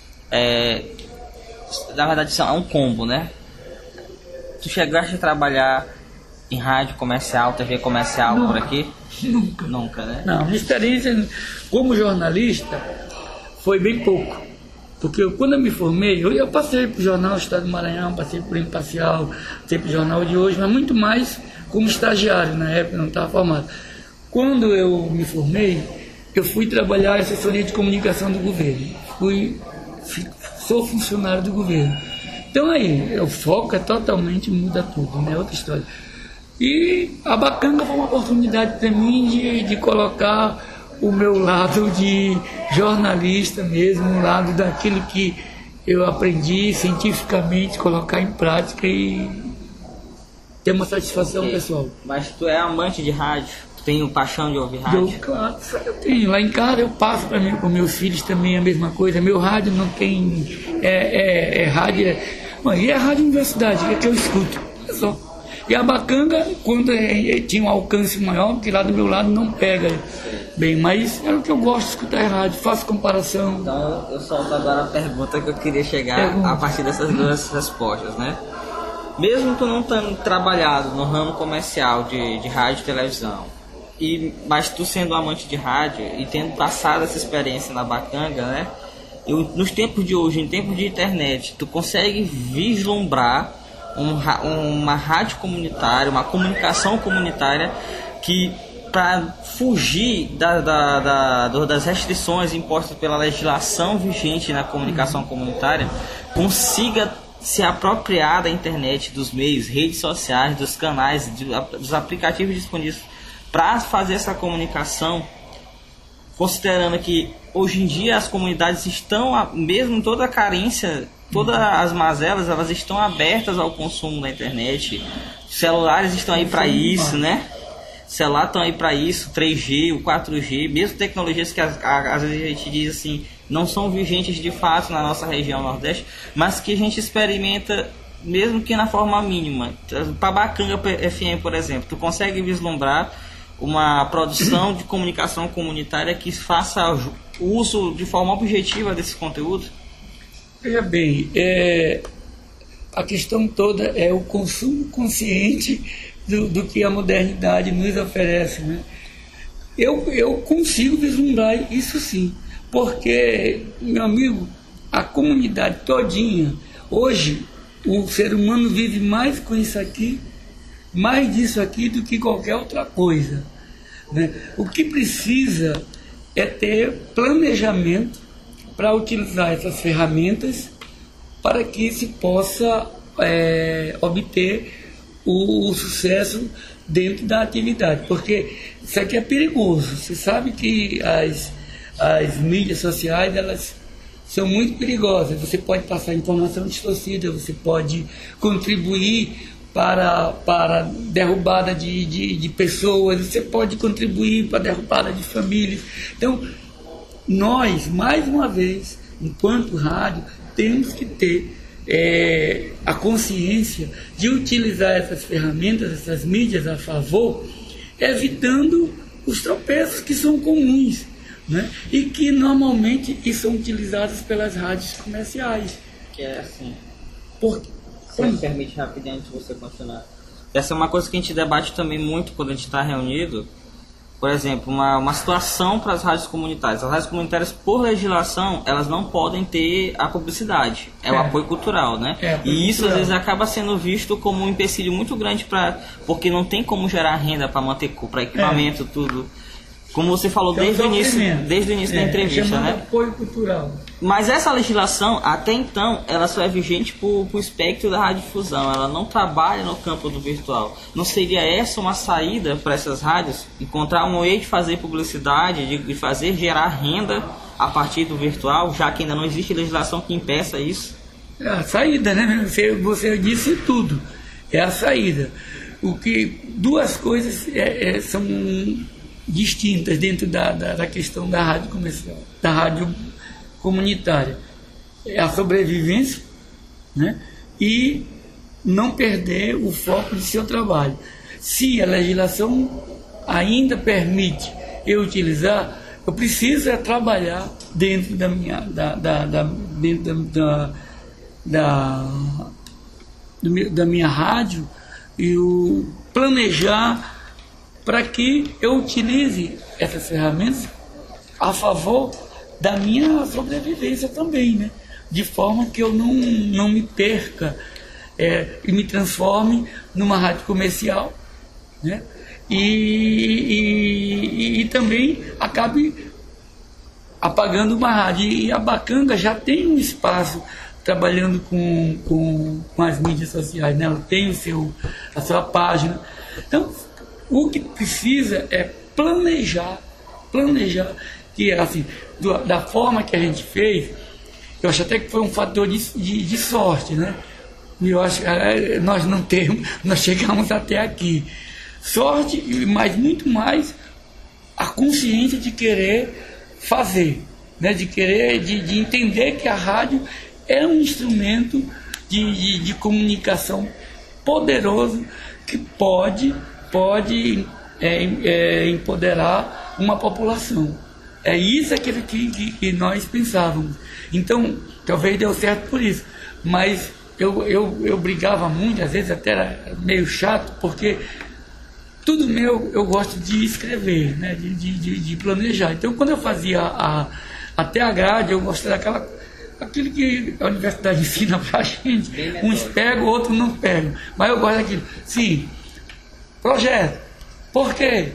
Na verdade, é um combo, né? Tu chegaste a trabalhar em rádio comercial, TV comercial por aqui? Nunca, né? Não, minha experiência como jornalista foi bem pouco. Porque quando eu me formei, eu passei para o Jornal Estado do Maranhão, passei por Imparcial, passei para o Jornal de Hoje, mas muito mais como estagiário, na época eu não estava formado. Quando eu me formei, eu fui trabalhar em assessoria de comunicação do governo. Sou funcionário do governo. Então aí, o foco totalmente muda tudo, né? Outra história. E a Bacanga foi uma oportunidade para mim de colocar o meu lado de jornalista mesmo, o lado daquilo que eu aprendi cientificamente, colocar em prática e ter uma satisfação pessoal. Mas tu é amante de rádio? Tu tem paixão de ouvir rádio? Claro, eu tenho. Lá em casa eu passo para mim, com meus filhos também a mesma coisa. Meu rádio não tem... rádio... E é rádio universidade, que eu escuto. É só. E a Bacanga, quando tinha um alcance maior, porque lá do meu lado não pega bem, mas é o que eu gosto de escutar rádio, faço comparação. Então eu solto agora a pergunta que eu queria chegar a partir dessas duas respostas, né? Mesmo tu não tendo trabalhado no ramo comercial de rádio e televisão, mas tu sendo um amante de rádio e tendo passado essa experiência na Bacanga, né? Nos tempos de hoje, em tempos de internet, tu consegue vislumbrar uma rádio comunitária, uma comunicação comunitária que para fugir das restrições impostas pela legislação vigente na comunicação comunitária, consiga se apropriar da internet, dos meios, redes sociais, dos canais, dos aplicativos disponíveis para fazer essa comunicação, considerando que hoje em dia as comunidades estão, mesmo em toda a carência, todas as mazelas, elas estão abertas ao consumo da internet. Celulares estão aí para isso, né? Celular estão aí para isso, 3G, o 4G, mesmo tecnologias que às vezes a gente diz assim, não são vigentes de fato na nossa região Nordeste, mas que a gente experimenta, mesmo que na forma mínima. Para Bacanga FM, por exemplo, tu consegue vislumbrar uma produção de comunicação comunitária que faça uso de forma objetiva desse conteúdo? Veja bem, a questão toda é o consumo consciente do que a modernidade nos oferece, né? Eu consigo vislumbrar isso sim, porque, meu amigo, a comunidade todinha, hoje o ser humano vive mais com isso aqui, mais disso aqui do que qualquer outra coisa, né? O que precisa é ter planejamento para utilizar essas ferramentas para que se possa obter o sucesso dentro da atividade, porque isso aqui é perigoso. Você sabe que as mídias sociais, elas são muito perigosas. Você pode passar informação distorcida, você pode contribuir para a derrubada de pessoas, você pode contribuir para a derrubada de famílias. Então, nós, mais uma vez, enquanto rádio, temos que ter a consciência de utilizar essas ferramentas, essas mídias a favor, evitando os tropeços que são comuns, né? E que normalmente são utilizados pelas rádios comerciais. Que é assim. Você me permite rapidinho antes de você continuar. Essa é uma coisa que a gente debate também muito quando a gente está reunido. Por exemplo, uma situação para as rádios comunitárias. As rádios comunitárias, por legislação, elas não podem ter a publicidade. É o apoio cultural, né? E isso, às vezes, acaba ssendo visto como um empecilho muito grande, porque não tem como gerar renda para manter, para equipamento, tudo. Como você falou desde o início da entrevista, né? Apoio cultural. Mas essa legislação, até então, ela só é vigente para o espectro da radiodifusão. Ela não trabalha no campo do virtual. Não seria essa uma saída para essas rádios? Encontrar um meio de fazer publicidade, de fazer gerar renda a partir do virtual, já que ainda não existe legislação que impeça isso? É a saída, né? Você disse tudo. É a saída. Duas coisas são distintas dentro da questão da rádio comercial, da rádio comunitária. É a sobrevivência, né? E não perder o foco de seu trabalho. Se a legislação ainda permite eu utilizar, eu preciso trabalhar dentro da minha rádio e planejar para que eu utilize essas ferramentas a favor da minha sobrevivência também, né? De forma que eu não me perca e me transforme numa rádio comercial, né? E também acabe apagando uma rádio. E a Bacanga já tem um espaço trabalhando com as mídias sociais, né? Ela tem a sua página. Então, o que precisa é planejar, que assim, da forma que a gente fez, eu acho até que foi um fator de sorte, né? Eu acho que nós chegamos até aqui. Sorte, mas muito mais a consciência de querer fazer, né? De entender que a rádio é um instrumento de comunicação poderoso que pode empoderar uma população. É isso que nós pensávamos. Então, talvez deu certo por isso. Mas eu brigava muito, às vezes até era meio chato, porque tudo meu eu gosto de escrever, né? de planejar. Então, quando eu fazia até a grade, eu gostava aquilo que a universidade ensina pra gente. Uns pegam, outros não pegam. Mas eu gosto daquilo. Sim, projeto. Por quê?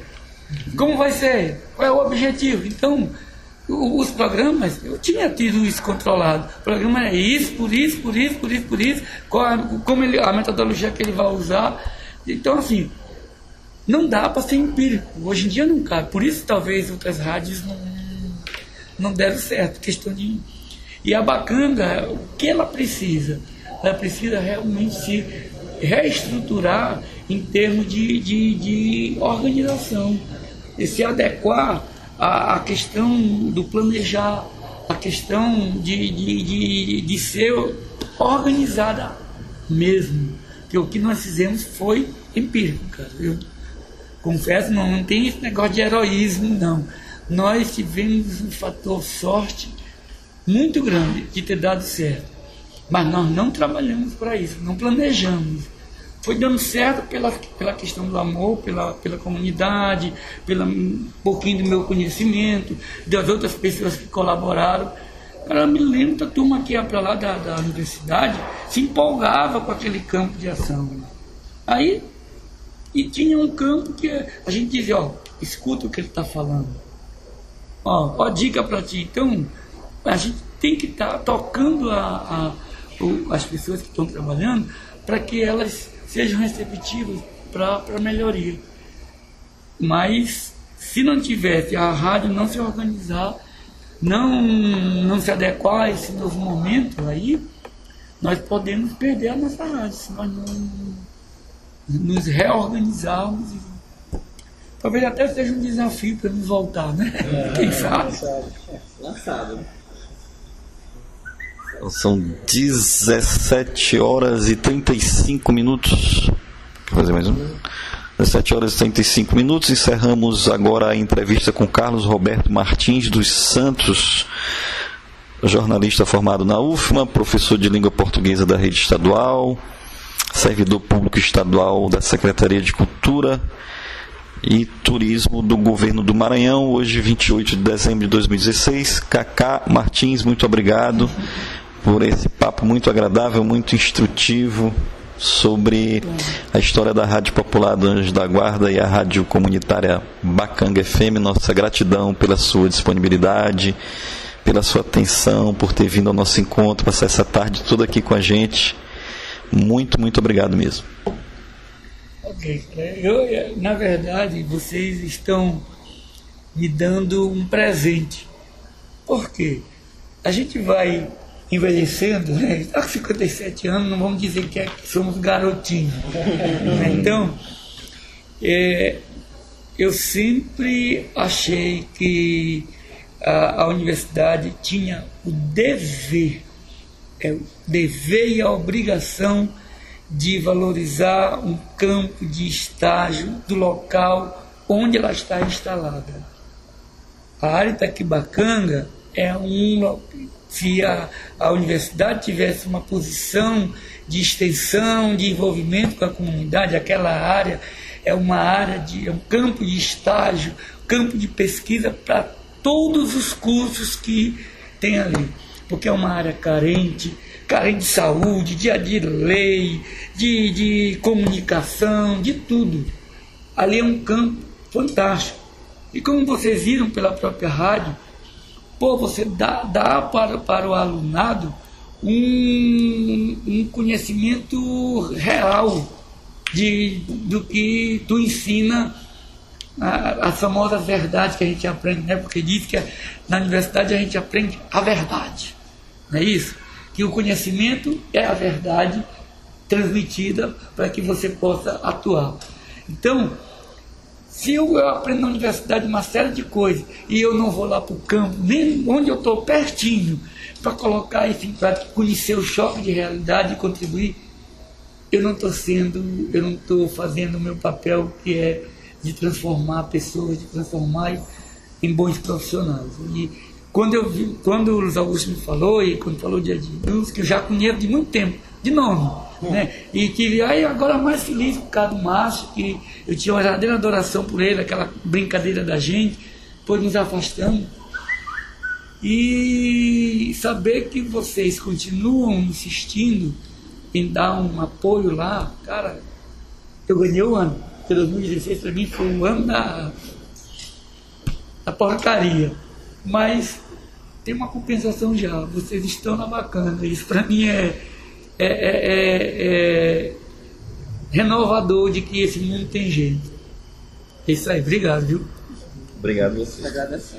Como vai ser? Qual é o objetivo? Então, os programas, eu tinha tido isso controlado. O programa é isso, por isso, como a metodologia que ele vai usar. Então, assim, não dá para ser empírico. Hoje em dia não cabe. Por isso, talvez, outras rádios não deram certo. Questão de... E a Bacanga, o que ela precisa? Ela precisa realmente se reestruturar em termos de organização. E se adequar à questão do planejar, a questão de ser organizada mesmo. Porque o que nós fizemos foi empírico, cara. Eu confesso, não tem esse negócio de heroísmo, não. Nós tivemos um fator sorte muito grande de ter dado certo. Mas nós não trabalhamos para isso, não planejamos. Foi dando certo pela questão do amor, pela comunidade, um pouquinho do meu conhecimento, das outras pessoas que colaboraram. Eu me lembro da turma que ia para lá da universidade, se empolgava com aquele campo de ação. Aí, e tinha um campo que a gente dizia, ó, escuta o que ele está falando. Ó, dica para ti. Então, a gente tem que estar tocando as pessoas que estão trabalhando para que elas sejam receptivas para a melhoria. Mas, se não tivesse a rádio não se organizar, não se adequar a esse novo momento aí, nós podemos perder a nossa rádio, se nós não nos reorganizarmos. Talvez até seja um desafio para nos voltar, né? Quem sabe? Lançado. São 17 horas e 35 minutos. Vou fazer mais um. 17 horas e 35 minutos. Encerramos agora a entrevista com Carlos Roberto Martins dos Santos, jornalista formado na UFMA, professor de língua portuguesa da rede estadual, servidor público estadual da Secretaria de Cultura e Turismo do Governo do Maranhão, hoje 28 de dezembro de 2016. Cacá Martins, muito obrigado por esse papo muito agradável, muito instrutivo sobre a história da Rádio Popular do Anjo da Guarda e a Rádio Comunitária Bacanga FM. Nossa gratidão pela sua disponibilidade, pela sua atenção, por ter vindo ao nosso encontro, passar essa tarde toda aqui com a gente. Muito, muito obrigado mesmo. Ok, na verdade, vocês estão me dando um presente. Por quê? A gente vai envelhecendo, né? Está com 57 anos, não vamos dizer que somos garotinhos. Então, eu sempre achei que a universidade tinha o dever e a obrigação de valorizar um campo de estágio do local onde ela está instalada. A área Itaquibacanga é se a universidade tivesse uma posição de extensão, de envolvimento com a comunidade, aquela área é uma área é um campo de estágio, campo de pesquisa para todos os cursos que tem ali, porque é uma área carente de saúde, de lei, de comunicação, de tudo. Ali é um campo fantástico. E como vocês viram pela própria rádio, você dá para o alunado um conhecimento real do que tu ensina, as famosas verdades que a gente aprende, né? Porque diz que na universidade a gente aprende a verdade, não é isso? Que o conhecimento é a verdade transmitida para que você possa atuar. Então, se eu aprendo na universidade uma série de coisas e eu não vou lá para o campo, nem onde eu estou pertinho, para colocar isso em prática, conhecer o choque de realidade e contribuir, eu não estou fazendo o meu papel, que é de transformar pessoas, de transformar em bons profissionais. E quando o Luiz Augusto me falou, e quando falou de Edilson, que eu já conheço de muito tempo, de nome, né? E que aí agora mais feliz por causa do Márcio, que eu tinha uma verdadeira adoração por ele, aquela brincadeira da gente, depois nos afastamos. E saber que vocês continuam insistindo em dar um apoio lá, cara, eu ganhei o ano. 2016 para mim foi o ano a porcaria. Mas tem uma compensação já. Vocês estão na Bacanga. Isso para mim é renovador de que esse mundo tem jeito. É isso aí. Obrigado, viu? Obrigado a você.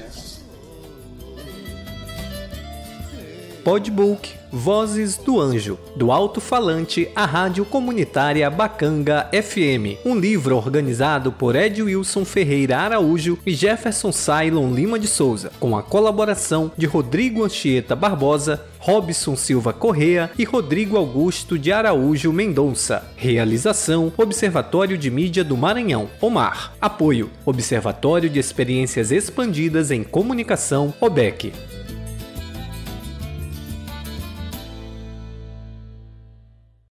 Podbook Vozes do Anjo, do alto-falante à rádio comunitária Bacanga FM, um livro organizado por Edwilson Ferreira Araújo e Jefferson Sailon Lima de Souza, com a colaboração de Rodrigo Anchieta Barbosa, Robson Silva Correa e Rodrigo Augusto de Araújo Mendonça. Realização: Observatório de Mídia do Maranhão, OMAR. Apoio: Observatório de Experiências Expandidas em Comunicação, OBEC.